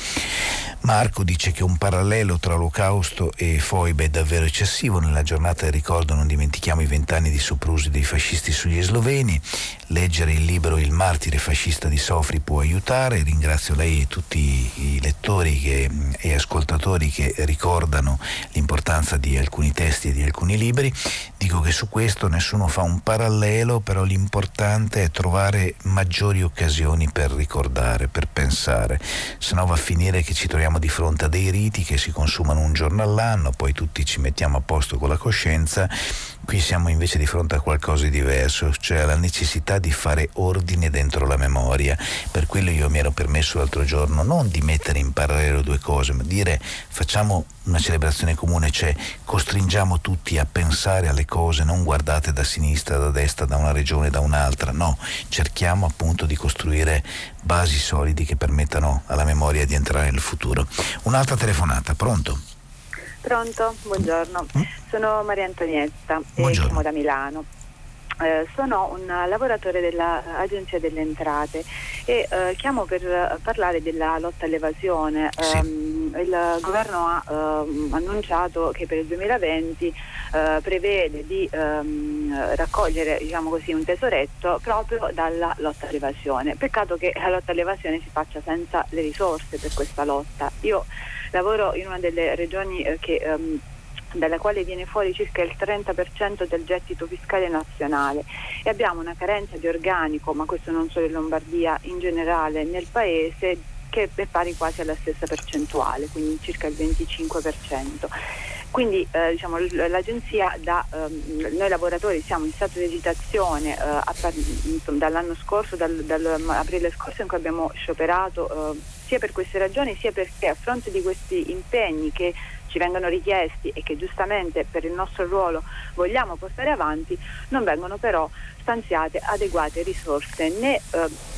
S2: Marco dice che un parallelo tra Olocausto e foibe è davvero eccessivo. Nella giornata del ricordo non dimentichiamo i vent'anni di soprusi dei fascisti sugli sloveni. Leggere il libro Il martire fascista di Sofri può aiutare. Ringrazio lei e tutti i lettori che, e ascoltatori che ricordano l'importanza di alcuni testi e di alcuni libri. Dico che su questo nessuno fa un parallelo, però l'importante è trovare maggiori occasioni per ricordare, per pensare, se no va a finire che ci troviamo di fronte a dei riti che si consumano un giorno all'anno, poi tutti ci mettiamo a posto con la coscienza. Qui siamo invece di fronte a qualcosa di diverso, cioè alla necessità di fare ordine dentro la memoria. Per quello io mi ero permesso l'altro giorno non di mettere in parallelo due cose, ma dire facciamo una celebrazione comune, cioè costringiamo tutti a pensare alle cose, non guardate da sinistra, da destra, da una regione, da un'altra, no, cerchiamo appunto di costruire basi solidi che permettano alla memoria di entrare nel futuro. Un'altra telefonata, pronto?
S7: Pronto, buongiorno, mm? Sono Maria Antonietta e chiamo da Milano. Eh, sono un lavoratore dell'Agenzia delle Entrate e eh, chiamo per parlare della lotta all'evasione. Sì. Um, il governo ha um, annunciato che per il duemilaventi uh, prevede di um, raccogliere, diciamo così, un tesoretto proprio dalla lotta all'evasione. Peccato che la lotta all'evasione si faccia senza le risorse per questa lotta. Io lavoro in una delle regioni eh, che um, dalla quale viene fuori circa il trenta per cento del gettito fiscale nazionale e abbiamo una carenza di organico, ma questo non solo in Lombardia, in generale nel paese, che è pari quasi alla stessa percentuale, quindi circa il venticinque per cento. Quindi eh, diciamo, l'agenzia da ehm, noi lavoratori siamo in stato di agitazione eh, a par- insomma, dall'anno scorso, dal, dall'aprile scorso, in cui abbiamo scioperato eh, sia per queste ragioni, sia perché a fronte di questi impegni che ci vengono richiesti e che giustamente per il nostro ruolo vogliamo portare avanti, non vengono però stanziate adeguate risorse né eh,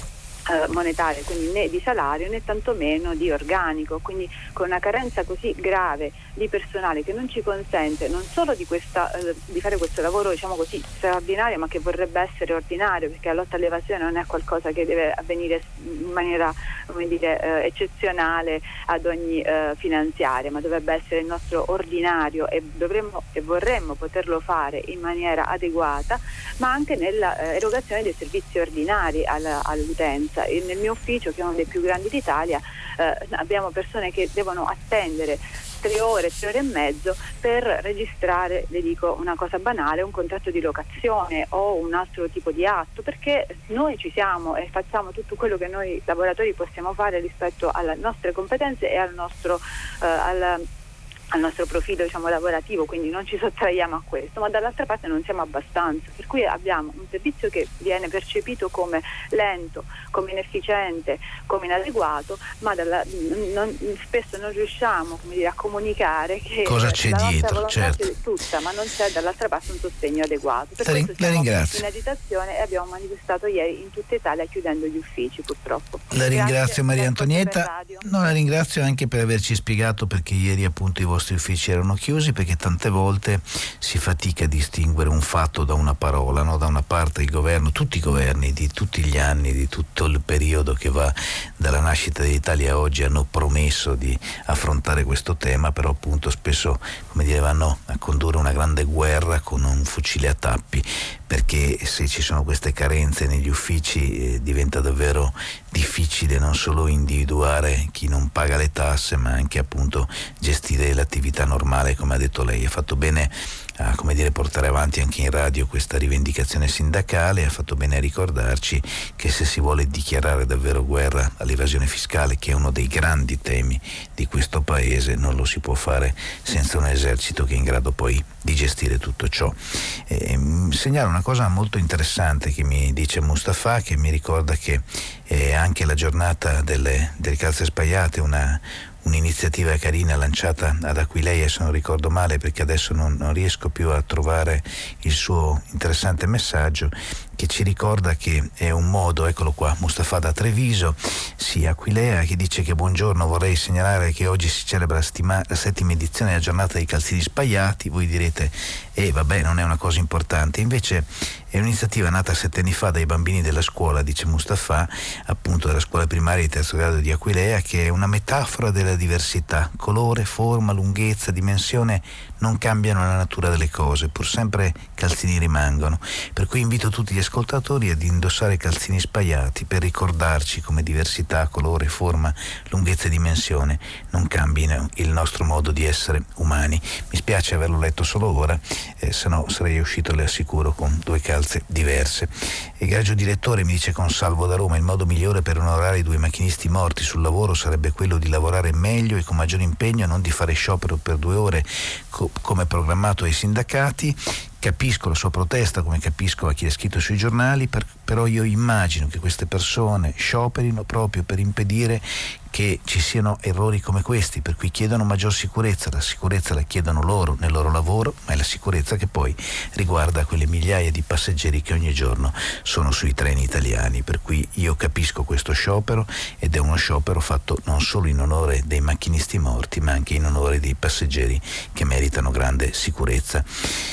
S7: monetaria, quindi né di salario né tantomeno di organico, quindi con una carenza così grave di personale che non ci consente non solo di, questa, eh, di fare questo lavoro diciamo così straordinario, ma che vorrebbe essere ordinario, perché la lotta all'evasione non è qualcosa che deve avvenire in maniera, come dire, eh, eccezionale ad ogni eh, finanziaria, ma dovrebbe essere il nostro ordinario, e dovremmo e vorremmo poterlo fare in maniera adeguata, ma anche nell'erogazione dei servizi ordinari alla, all'utenza. E nel mio ufficio, che è uno dei più grandi d'Italia, eh, abbiamo persone che devono attendere tre ore, tre ore e mezzo per registrare, le dico una cosa banale, un contratto di locazione o un altro tipo di atto, perché noi ci siamo e facciamo tutto quello che noi lavoratori possiamo fare rispetto alle nostre competenze e al nostro eh, al, al nostro profilo diciamo lavorativo, quindi non ci sottraiamo a questo, ma dall'altra parte non siamo abbastanza, per cui abbiamo un servizio che viene percepito come lento, come inefficiente, come inadeguato, ma dalla, non, spesso non riusciamo, come dire, a comunicare che
S2: cosa c'è
S7: la
S2: dietro, certo,
S7: è tutta, ma non c'è dall'altra parte un sostegno adeguato. Per
S2: la,
S7: questo siamo
S2: ringrazio.
S7: in agitazione e abbiamo manifestato ieri in tutta Italia chiudendo gli uffici, purtroppo.
S2: La ringrazio. Grazie Maria Antonietta, no, la ringrazio anche per averci spiegato perché ieri appunto i vostri uffici erano chiusi, perché tante volte si fatica a distinguere un fatto da una parola, no? Da una parte il governo, tutti i governi di tutti gli anni, di tutto il periodo che va dalla nascita dell'Italia a oggi hanno promesso di affrontare questo tema, però appunto spesso, come dire, vanno a condurre una grande guerra con un fucile a tappi, perché se ci sono queste carenze negli uffici eh, diventa davvero difficile non solo individuare chi non paga le tasse, ma anche appunto gestire l'attività normale, come ha detto lei. Ha fatto bene a, come dire, portare avanti anche in radio questa rivendicazione sindacale, ha fatto bene a ricordarci che se si vuole dichiarare davvero guerra all'evasione fiscale, che è uno dei grandi temi di questo paese, non lo si può fare senza un esercito che è in grado poi di gestire tutto ciò. Eh, segnalo una cosa molto interessante che mi dice Mustafa, che mi ricorda che è anche la giornata delle, delle calze spaiate, una un'iniziativa carina lanciata ad Aquileia, se non ricordo male, perché adesso non, non riesco più a trovare il suo interessante messaggio, che ci ricorda che è un modo, eccolo qua, Mustafa da Treviso, sì, Aquilea, che dice che buongiorno, vorrei segnalare che oggi si celebra la, stima, la settima edizione della giornata dei calzini spaiati. Voi direte, eh vabbè, non è una cosa importante, invece è un'iniziativa nata sette anni fa dai bambini della scuola, dice Mustafa, appunto della scuola primaria di terzo grado di Aquileia, che è una metafora della diversità, colore, forma, lunghezza, dimensione non cambiano la natura delle cose, pur sempre calzini rimangono, per cui invito tutti gli ascoltatori ad indossare calzini spaiati per ricordarci come diversità, colore, forma, lunghezza e dimensione non cambino il nostro modo di essere umani. Mi spiace averlo letto solo ora, eh, se no sarei uscito, le assicuro, con due calze diverse. Egregio direttore, mi dice Consalvo da Roma, il modo migliore per onorare i due macchinisti morti sul lavoro sarebbe quello di lavorare meglio e con maggiore impegno, non di fare sciopero per due ore co- come programmato ai sindacati. Capisco la sua protesta, come capisco a chi è scritto sui giornali, per, però io immagino che queste persone scioperino proprio per impedire che ci siano errori come questi, per cui chiedono maggior sicurezza. La sicurezza la chiedono loro nel loro lavoro, ma è la sicurezza che poi riguarda quelle migliaia di passeggeri che ogni giorno sono sui treni italiani, per cui io capisco questo sciopero, ed è uno sciopero fatto non solo in onore dei macchinisti morti, ma anche in onore dei passeggeri che meritano grande sicurezza.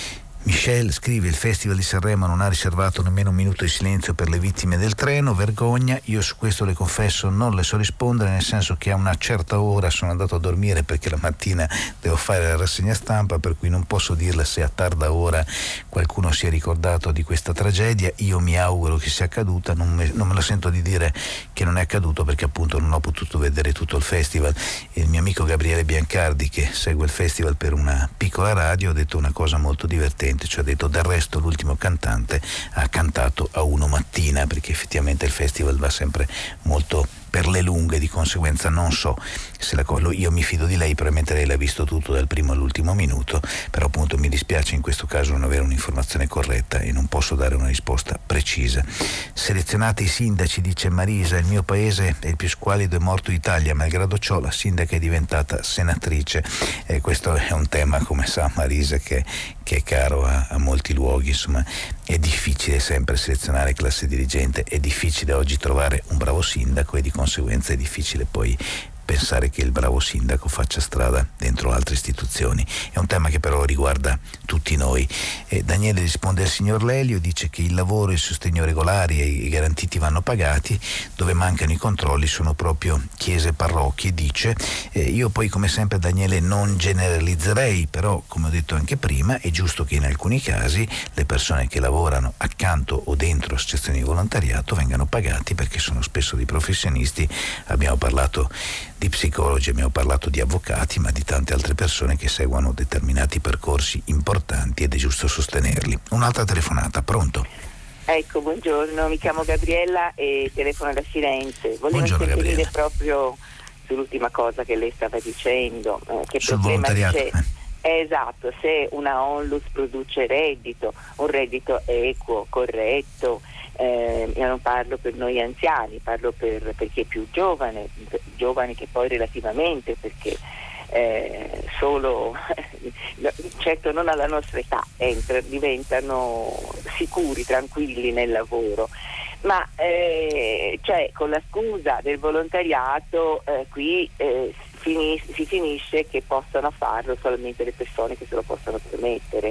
S2: Michel scrive: il Festival di Sanremo non ha riservato nemmeno un minuto di silenzio per le vittime del treno, vergogna. Io su questo le confesso non le so rispondere, nel senso che a una certa ora sono andato a dormire perché la mattina devo fare la rassegna stampa, per cui non posso dirle se a tarda ora qualcuno si è ricordato di questa tragedia. Io mi auguro che sia accaduta, non me, non me la sento di dire che non è accaduto, perché appunto non ho potuto vedere tutto il festival. Il mio amico Gabriele Biancardi, che segue il festival per una piccola radio, ha detto una cosa molto divertente, cioè ha detto: del resto l'ultimo cantante ha cantato a uno mattina, perché effettivamente il festival va sempre molto per le lunghe, di conseguenza non so se la cosa, io mi fido di lei, probabilmente lei l'ha visto tutto dal primo all'ultimo minuto, però appunto mi dispiace in questo caso non avere un'informazione corretta e non posso dare una risposta precisa. Selezionate i sindaci, dice Marisa, il mio paese è il più squallido e morto d'Italia, malgrado ciò la sindaca è diventata senatrice. Eh, questo è un tema, come sa Marisa, che, che è caro a, a molti luoghi. Insomma, è difficile sempre selezionare classe dirigente, è difficile oggi trovare un bravo sindaco e di conseguenza è difficile poi pensare che il bravo sindaco faccia strada dentro altre istituzioni. È un tema che però riguarda tutti noi. E Daniele risponde al signor Lelio, dice che il lavoro e il sostegno regolari e i garantiti vanno pagati, dove mancano i controlli sono proprio chiese e parrocchie, dice. Eh, io poi come sempre Daniele non generalizzerei, però come ho detto anche prima è giusto che in alcuni casi le persone che lavorano accanto o dentro associazioni di volontariato vengano pagati, perché sono spesso dei professionisti. Abbiamo parlato di psicologi, abbiamo parlato di avvocati, ma di tante altre persone che seguono determinati percorsi importanti ed è giusto sostenerli. Un'altra telefonata, pronto?
S8: Ecco, buongiorno, mi chiamo Gabriella e telefono da Firenze. Volevo
S2: Buongiorno,
S8: intervenire
S2: Gabriella.
S8: proprio sull'ultima cosa che lei stava dicendo, eh, che
S2: Sul
S8: problema
S2: volontariato.
S8: c'è.
S2: Eh.
S8: Esatto, se una onlus produce reddito, un reddito equo, corretto, eh, io non parlo per noi anziani, parlo per, per chi è più giovane, giovani che poi relativamente, perché eh, solo, certo non alla nostra età, entra, diventano sicuri, tranquilli nel lavoro. Ma eh, cioè, con la scusa del volontariato eh, qui eh, finis- si finisce che possano farlo solamente le persone che se lo possono permettere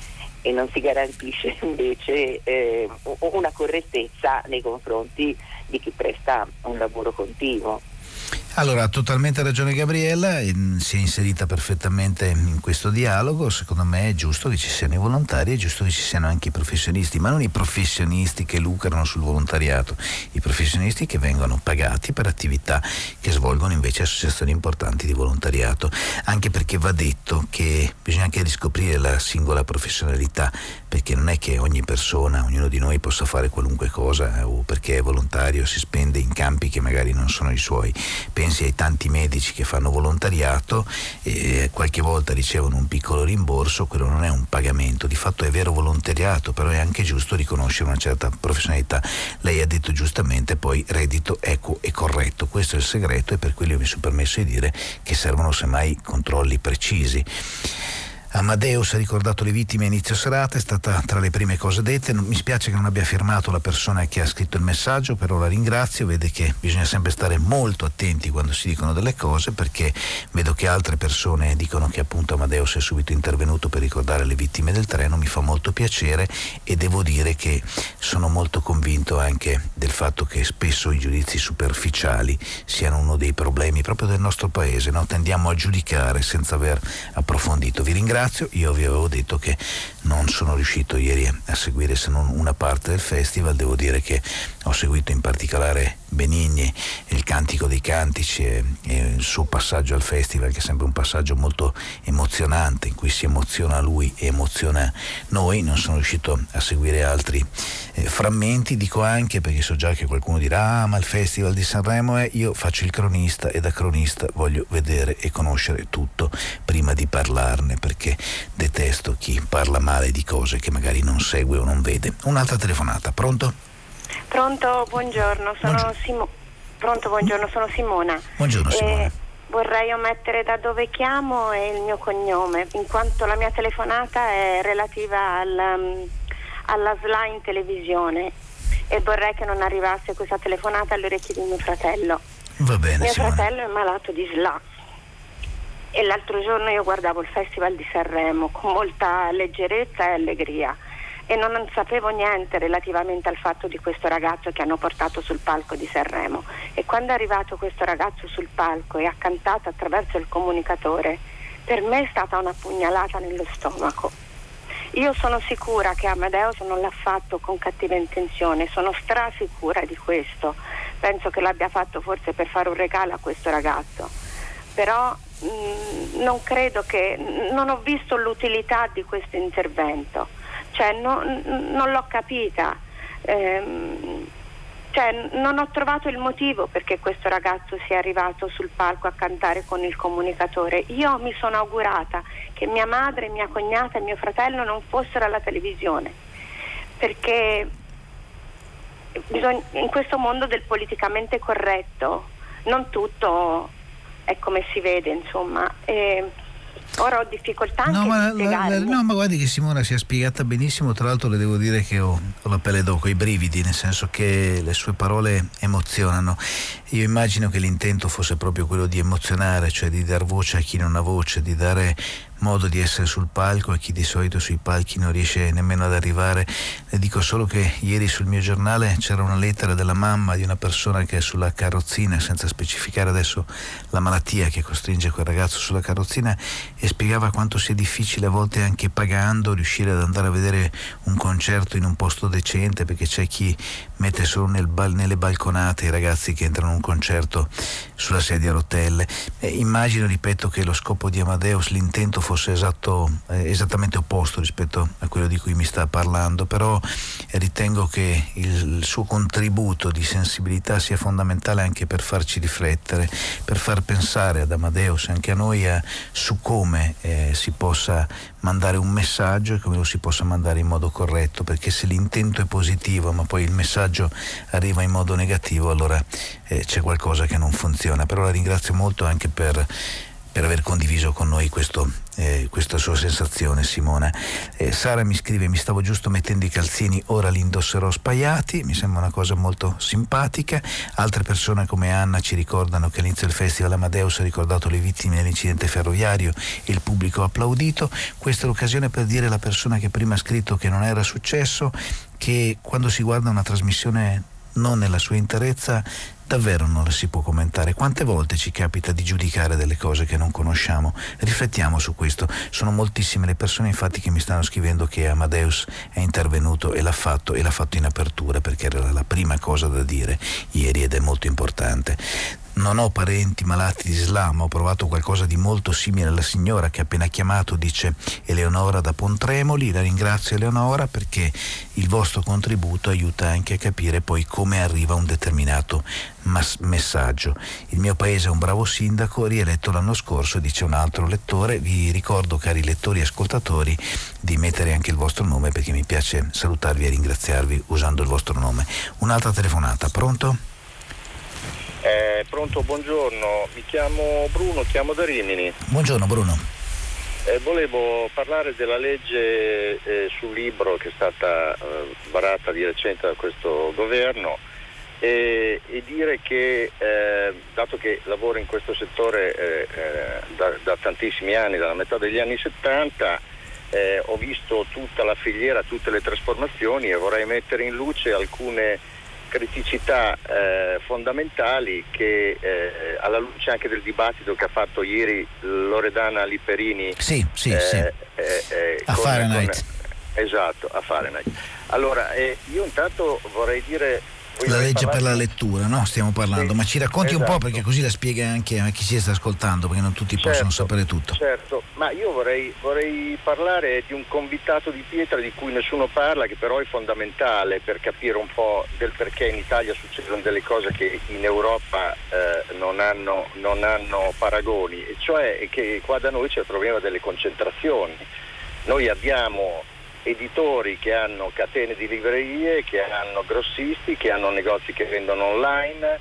S8: e non si garantisce invece eh, una correttezza nei confronti di chi presta un lavoro continuo.
S2: Allora, ha totalmente ragione Gabriella, si è inserita perfettamente in questo dialogo. Secondo me è giusto che ci siano i volontari, è giusto che ci siano anche i professionisti, ma non i professionisti che lucrano sul volontariato, i professionisti che vengono pagati per attività che svolgono invece associazioni importanti di volontariato, anche perché va detto che bisogna anche riscoprire la singola professionalità, perché non è che ogni persona, ognuno di noi possa fare qualunque cosa o perché è volontario si spende in campi che magari non sono i suoi. Pensi ai tanti medici che fanno volontariato e qualche volta ricevono un piccolo rimborso, quello non è un pagamento, di fatto è vero volontariato, però è anche giusto riconoscere una certa professionalità. Lei ha detto giustamente poi reddito equo e corretto, questo è il segreto e per quello io mi sono permesso di dire che servono semmai controlli precisi. Amadeus ha ricordato le vittime a inizio serata, è stata tra le prime cose dette. Non, mi spiace che non abbia firmato la persona che ha scritto il messaggio, però la ringrazio. Vede che bisogna sempre stare molto attenti quando si dicono delle cose, perché vedo che altre persone dicono che appunto Amadeus è subito intervenuto per ricordare le vittime del treno. Mi fa molto piacere e devo dire che sono molto convinto anche del fatto che spesso i giudizi superficiali siano uno dei problemi proprio del nostro paese, no? Tendiamo a giudicare senza aver approfondito. Vi ringrazio. Io vi avevo detto che non sono riuscito ieri a seguire se non una parte del festival, devo dire che ho seguito in particolare Benigni, il Cantico dei Cantici e, e il suo passaggio al festival, che è sempre un passaggio molto emozionante, in cui si emoziona lui e emoziona noi. Non sono riuscito a seguire altri eh, frammenti, dico anche perché so già che qualcuno dirà ah, ma il festival di Sanremo è, io faccio il cronista e da cronista voglio vedere e conoscere tutto prima di parlarne, perché detesto chi parla male di cose che magari non segue o non vede. Un'altra telefonata, pronto?
S9: Pronto, buongiorno, sono
S2: Buongiorno.
S9: Simo- Pronto, buongiorno, sono Simona.
S2: Buongiorno Simone.
S9: Eh, vorrei omettere da dove chiamo e il mio cognome, in quanto la mia telefonata è relativa al, um, alla S L A in televisione e vorrei che non arrivasse questa telefonata alle orecchie di mio fratello.
S2: Va bene,
S9: Mio
S2: Simone.
S9: fratello è malato di S L A e l'altro giorno io guardavo il Festival di Sanremo con molta leggerezza e allegria e non sapevo niente relativamente al fatto di questo ragazzo che hanno portato sul palco di Sanremo, e quando è arrivato questo ragazzo sul palco e ha cantato attraverso il comunicatore, per me è stata una pugnalata nello stomaco. Io sono sicura che Amadeus non l'ha fatto con cattiva intenzione, sono strasicura di questo, penso che l'abbia fatto forse per fare un regalo a questo ragazzo, però mh, non credo che, non ho visto l'utilità di questo intervento. Cioè no, non l'ho capita, ehm, Cioè, non ho trovato il motivo perché questo ragazzo sia arrivato sul palco a cantare con il comunicatore. Io mi sono augurata che mia madre, mia cognata e mio fratello non fossero alla televisione, perché bisogna, in questo mondo del politicamente corretto non tutto è come si vede, insomma. E ora ho difficoltà anche
S2: no, ma
S9: di spiegarmi.
S2: La, no, ma guardi che Simona si è spiegata benissimo. Tra l'altro le devo dire che ho, ho la pelle d'oco, i brividi, nel senso che le sue parole emozionano. Io immagino che l'intento fosse proprio quello di emozionare, cioè di dar voce a chi non ha voce, di dare modo di essere sul palco a chi di solito sui palchi non riesce nemmeno ad arrivare. Le dico solo che ieri sul mio giornale c'era una lettera della mamma di una persona che è sulla carrozzina, senza specificare adesso la malattia che costringe quel ragazzo sulla carrozzina, e spiegava quanto sia difficile a volte, anche pagando, riuscire ad andare a vedere un concerto in un posto decente, perché c'è chi mette solo nel bal- nelle balconate i ragazzi che entrano a un concerto sulla sedia a rotelle. E immagino, ripeto, che lo scopo di Amadeus, l'intento fosse esatto, eh, esattamente opposto rispetto a quello di cui mi sta parlando, però ritengo che il, il suo contributo di sensibilità sia fondamentale anche per farci riflettere, per far pensare ad Amadeus e anche a noi a, su come eh, si possa mandare un messaggio e come lo si possa mandare in modo corretto, perché se l'intento è positivo ma poi il messaggio arriva in modo negativo, allora eh, c'è qualcosa che non funziona. Però la ringrazio molto anche per per aver condiviso con noi questo, eh, questa sua sensazione, Simona. Eh, Sara mi scrive: mi stavo giusto mettendo i calzini, ora li indosserò spaiati. Mi sembra una cosa molto simpatica. Altre persone come Anna ci ricordano che all'inizio del festival Amadeus ha ricordato le vittime dell'incidente ferroviario e il pubblico ha applaudito. Questa è l'occasione per dire alla persona che prima ha scritto che non era successo che quando si guarda una trasmissione non nella sua interezza davvero non la si può commentare. Quante volte ci capita di giudicare delle cose che non conosciamo? Riflettiamo su questo. Sono moltissime le persone infatti che mi stanno scrivendo che Amadeus è intervenuto e l'ha fatto e l'ha fatto in apertura, perché era la prima cosa da dire ieri ed è molto importante. Non ho parenti malati di S L A, ma ho provato qualcosa di molto simile alla signora che ha appena chiamato, dice Eleonora da Pontremoli. La ringrazio, Eleonora, perché il vostro contributo aiuta anche a capire poi come arriva un determinato mas- messaggio. Il mio paese è un bravo sindaco, rieletto l'anno scorso, dice un altro lettore. Vi ricordo, cari lettori e ascoltatori, di mettere anche il vostro nome, perché mi piace salutarvi e ringraziarvi usando il vostro nome. Un'altra telefonata, pronto?
S10: Eh, pronto, buongiorno, mi chiamo Bruno, chiamo da Rimini.
S2: Buongiorno Bruno.
S10: Eh, volevo parlare della legge eh, sul libro che è stata eh, varata di recente da questo governo e, e dire che eh, dato che lavoro in questo settore eh, eh, da, da tantissimi anni, dalla metà degli anni settanta, eh, ho visto tutta la filiera, tutte le trasformazioni, e vorrei mettere in luce alcune criticità eh, fondamentali che eh, alla luce anche del dibattito che ha fatto ieri Loredana Liperini
S2: sì, sì,
S10: eh,
S2: sì.
S10: Eh, eh,
S2: a
S10: con,
S2: Fahrenheit
S10: con, esatto, a Fahrenheit. Allora eh, io intanto vorrei dire
S2: la legge per la lettura, no? Stiamo parlando, sì, ma ci racconti esatto. un po', perché così la spiega anche a chi ci sta ascoltando, perché non tutti
S10: certo,
S2: possono sapere tutto.
S10: Certo, ma io vorrei, vorrei parlare di un convitato di pietra di cui nessuno parla, che però è fondamentale per capire un po' del perché in Italia succedono delle cose che in Europa eh, non hanno, non hanno paragoni, e cioè che qua da noi c'è il problema delle concentrazioni. Noi abbiamo editori che hanno catene di librerie, che hanno grossisti, che hanno negozi che vendono online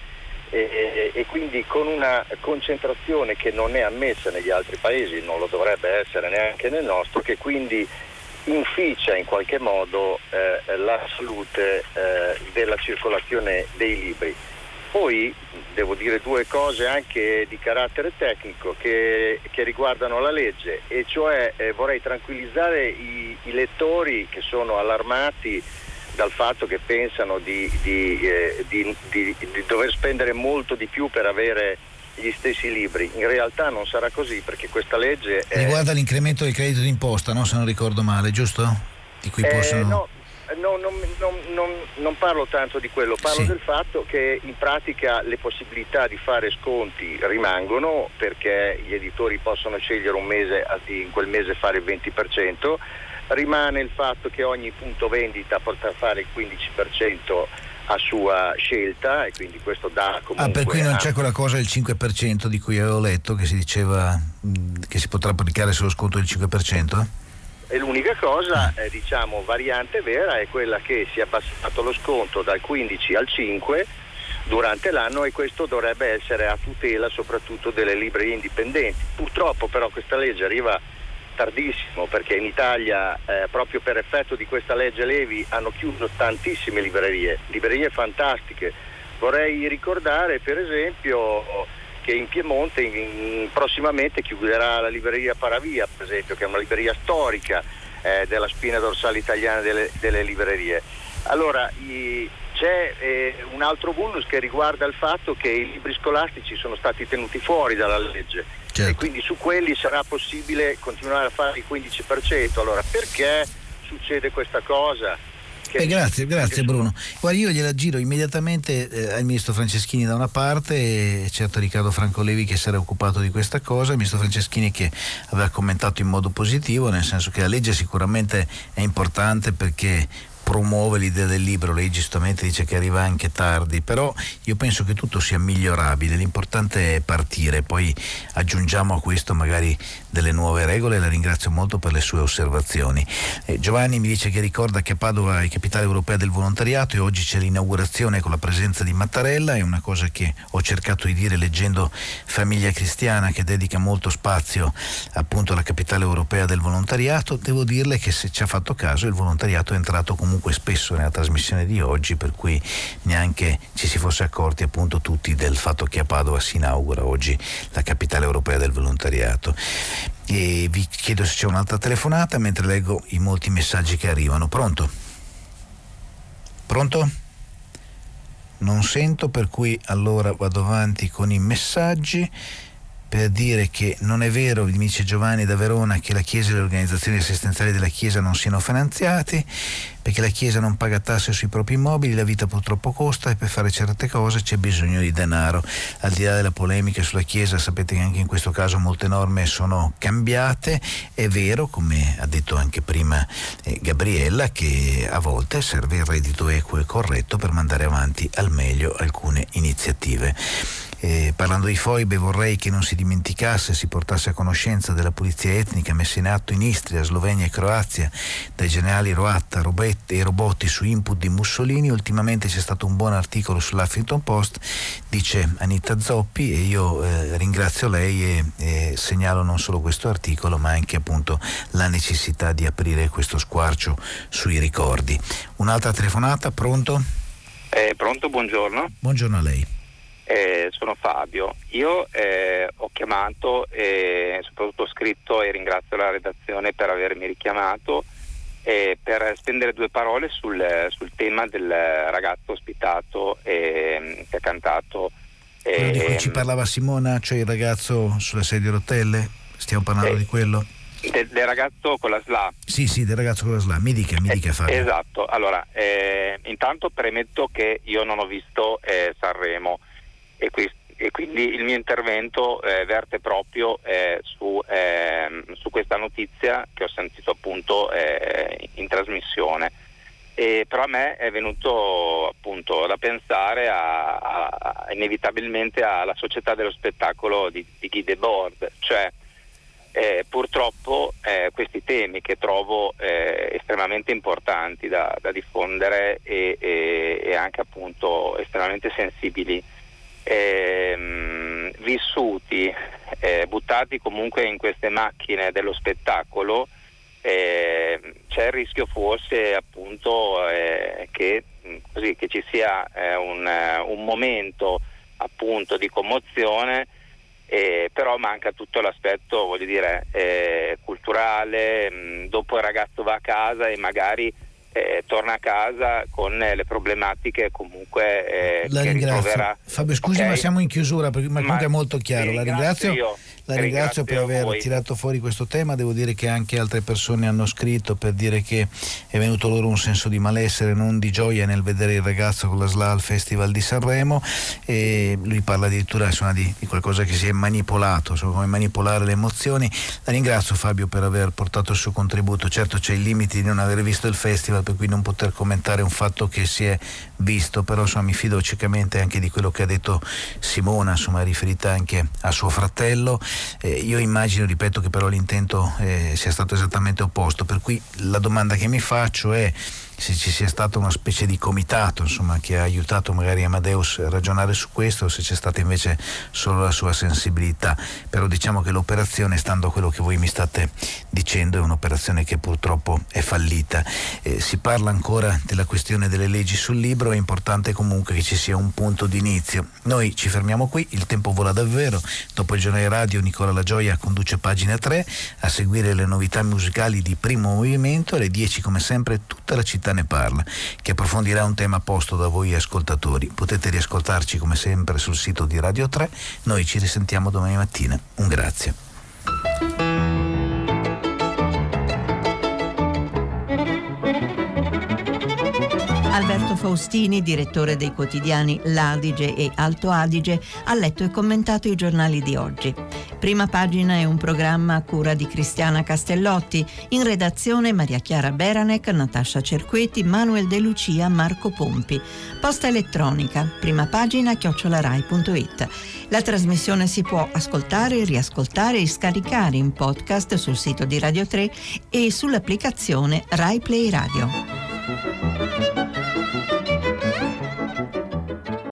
S10: e, e quindi con una concentrazione che non è ammessa negli altri paesi, non lo dovrebbe essere neanche nel nostro, che quindi inficia in qualche modo eh, la salute eh, della circolazione dei libri. Poi devo dire due cose anche di carattere tecnico che, che riguardano la legge, e cioè eh, vorrei tranquillizzare i, i lettori che sono allarmati dal fatto che pensano di, di, eh, di, di, di dover spendere molto di più per avere gli stessi libri. In realtà non sarà così, perché questa legge è...
S2: riguarda l'incremento del credito d'imposta, no? Se non ricordo male, giusto? Di cui
S10: eh,
S2: possono...
S10: no. No, non, non, non, non parlo tanto di quello, parlo sì. del fatto che in pratica le possibilità di fare sconti rimangono, perché gli editori possono scegliere un mese, in quel mese fare il venti per cento, rimane il fatto che ogni punto vendita potrà fare il quindici per cento a sua scelta, e quindi questo dà comunque...
S2: Ah, per cui non
S10: a...
S2: c'è quella cosa del cinque per cento di cui avevo letto, che si diceva mh, che si potrà applicare sullo sconto del cinque per cento?
S10: E l'unica cosa, eh, diciamo, variante vera è quella che si è abbassato lo sconto dal quindici al cinque durante l'anno, e questo dovrebbe essere a tutela soprattutto delle librerie indipendenti. Purtroppo però questa legge arriva tardissimo, perché in Italia eh, proprio per effetto di questa legge Levi hanno chiuso tantissime librerie, librerie fantastiche. Vorrei ricordare per esempio che in Piemonte in, in, prossimamente chiuderà la libreria Paravia, per esempio, che è una libreria storica eh, della spina dorsale italiana delle, delle librerie. Allora i, c'è eh, un altro vulnus che riguarda il fatto che i libri scolastici sono stati tenuti fuori dalla legge. Certo. E quindi su quelli sarà possibile continuare a fare il quindici per cento. Allora perché succede questa cosa?
S2: Eh, grazie, grazie Bruno. Guarda, io gliela giro immediatamente eh, al ministro Franceschini da una parte, e certo Riccardo Franco Levi che si era occupato di questa cosa, il ministro Franceschini che aveva commentato in modo positivo, nel senso che la legge sicuramente è importante perché promuove l'idea del libro. Lei giustamente dice che arriva anche tardi, però io penso che tutto sia migliorabile, l'importante è partire, poi aggiungiamo a questo magari delle nuove regole. La ringrazio molto per le sue osservazioni. eh, Giovanni mi dice che ricorda che Padova è capitale europea del volontariato e oggi c'è l'inaugurazione con la presenza di Mattarella. È una cosa che ho cercato di dire leggendo Famiglia Cristiana, che dedica molto spazio appunto alla capitale europea del volontariato. Devo dirle che, se ci ha fatto caso, il volontariato è entrato comunque spesso nella trasmissione di oggi, per cui neanche ci si fosse accorti appunto tutti del fatto che a Padova si inaugura oggi la capitale europea del volontariato. E vi chiedo se c'è un'altra telefonata mentre leggo i molti messaggi che arrivano. Pronto? Pronto? Non sento, per cui allora vado avanti con i messaggi. Per dire che non è vero, mi dice Giovanni da Verona, che la Chiesa e le organizzazioni assistenziali della Chiesa non siano finanziati, perché la Chiesa non paga tasse sui propri immobili, la vita purtroppo costa e per fare certe cose c'è bisogno di denaro. Al di là della polemica sulla Chiesa, sapete che anche in questo caso molte norme sono cambiate. È vero, come ha detto anche prima eh, Gabriella, che a volte serve il reddito equo e corretto per mandare avanti al meglio alcune iniziative. Eh, parlando di foibe, vorrei che non si dimenticasse, si portasse a conoscenza della pulizia etnica messa in atto in Istria, Slovenia e Croazia dai generali Roatta, Robetti e Robotti su input di Mussolini. Ultimamente c'è stato un buon articolo sull'Huffington Post, dice Anita Zoppi, e io eh, ringrazio lei e, e segnalo non solo questo articolo ma anche appunto la necessità di aprire questo squarcio sui ricordi. Un'altra telefonata, pronto?
S11: Eh, pronto, buongiorno.
S2: Buongiorno a lei.
S11: Eh, sono Fabio. Io eh, ho chiamato e soprattutto ho scritto, e ringrazio la redazione per avermi richiamato, eh, per spendere due parole sul, sul tema del ragazzo ospitato eh, che ha cantato. Eh,
S2: quello di cui ci parlava Simona, cioè il ragazzo sulla sedia a rotelle? Stiamo parlando eh, di quello?
S11: Del, del ragazzo con la S L A.
S2: Sì, sì, del ragazzo con la S L A. Mi dica, mi dica Fabio.
S11: Eh, esatto. Allora, eh, intanto premetto che io non ho visto eh, Sanremo. E, qui, e quindi il mio intervento eh, verte proprio eh, su, eh, su questa notizia che ho sentito appunto eh, in trasmissione. E però a me è venuto appunto da pensare a, a, a, inevitabilmente alla società dello spettacolo di, di Guy Debord, cioè eh, purtroppo eh, questi temi che trovo eh, estremamente importanti da, da diffondere e, e, e anche appunto estremamente sensibili, Eh, vissuti, eh, buttati comunque in queste macchine dello spettacolo, eh, c'è il rischio forse appunto eh, che, così, che ci sia eh, un, un momento appunto di commozione, eh, però manca tutto l'aspetto, voglio dire, eh, culturale. Mh, dopo il ragazzo va a casa e magari Eh, torna a casa con eh, le problematiche comunque eh,
S2: la
S11: che
S2: ringrazio.
S11: ritroverà.
S2: Fabio, scusi,
S11: okay.
S2: ma siamo in chiusura perché ma comunque è molto chiaro. La ringrazio,
S11: io.
S2: la ringrazio per aver
S11: voi.
S2: tirato fuori questo tema. Devo dire che anche altre persone hanno scritto per dire che è venuto loro un senso di malessere, non di gioia, nel vedere il ragazzo con la S L A al Festival di Sanremo, e lui parla addirittura insomma, di, di qualcosa che si è manipolato, insomma, come manipolare le emozioni. La ringrazio Fabio per aver portato il suo contributo. Certo c'è il limite di non aver visto il festival, scusa per cui non poter commentare un fatto che si è visto, però insomma mi fido ciecamente anche di quello che ha detto Simona, insomma riferita anche a suo fratello. Eh, io immagino, ripeto, che però l'intento eh, sia stato esattamente opposto, per cui la domanda che mi faccio è se ci sia stata una specie di comitato, insomma, che ha aiutato magari Amadeus a ragionare su questo, o se c'è stata invece solo la sua sensibilità. Però diciamo che l'operazione, stando a quello che voi mi state dicendo, è un'operazione che purtroppo è fallita. Eh, si parla ancora della questione delle leggi sul libro, è importante comunque che ci sia un punto di inizio. Noi ci fermiamo qui, il tempo vola davvero. Dopo il giornale radio Nicola La Gioia conduce Pagina tre, a seguire le novità musicali di Primo Movimento. Alle dieci come sempre Tutta la città ne parla, che approfondirà un tema posto da voi ascoltatori. Potete riascoltarci come sempre sul sito di Radio tre. Noi ci risentiamo domani mattina. Un grazie.
S1: Alberto Faustini, direttore dei quotidiani L'Adige e Alto Adige, ha letto e commentato i giornali di oggi. Prima Pagina è un programma a cura di Cristiana Castellotti, in redazione Maria Chiara Beranec, Natascia Cerqueti, Manuel De Lucia, Marco Pompi. Posta elettronica primapagina chiocciola rai punto it. La trasmissione si può ascoltare, riascoltare e scaricare in podcast sul sito di Radio tre e sull'applicazione Rai Play Radio.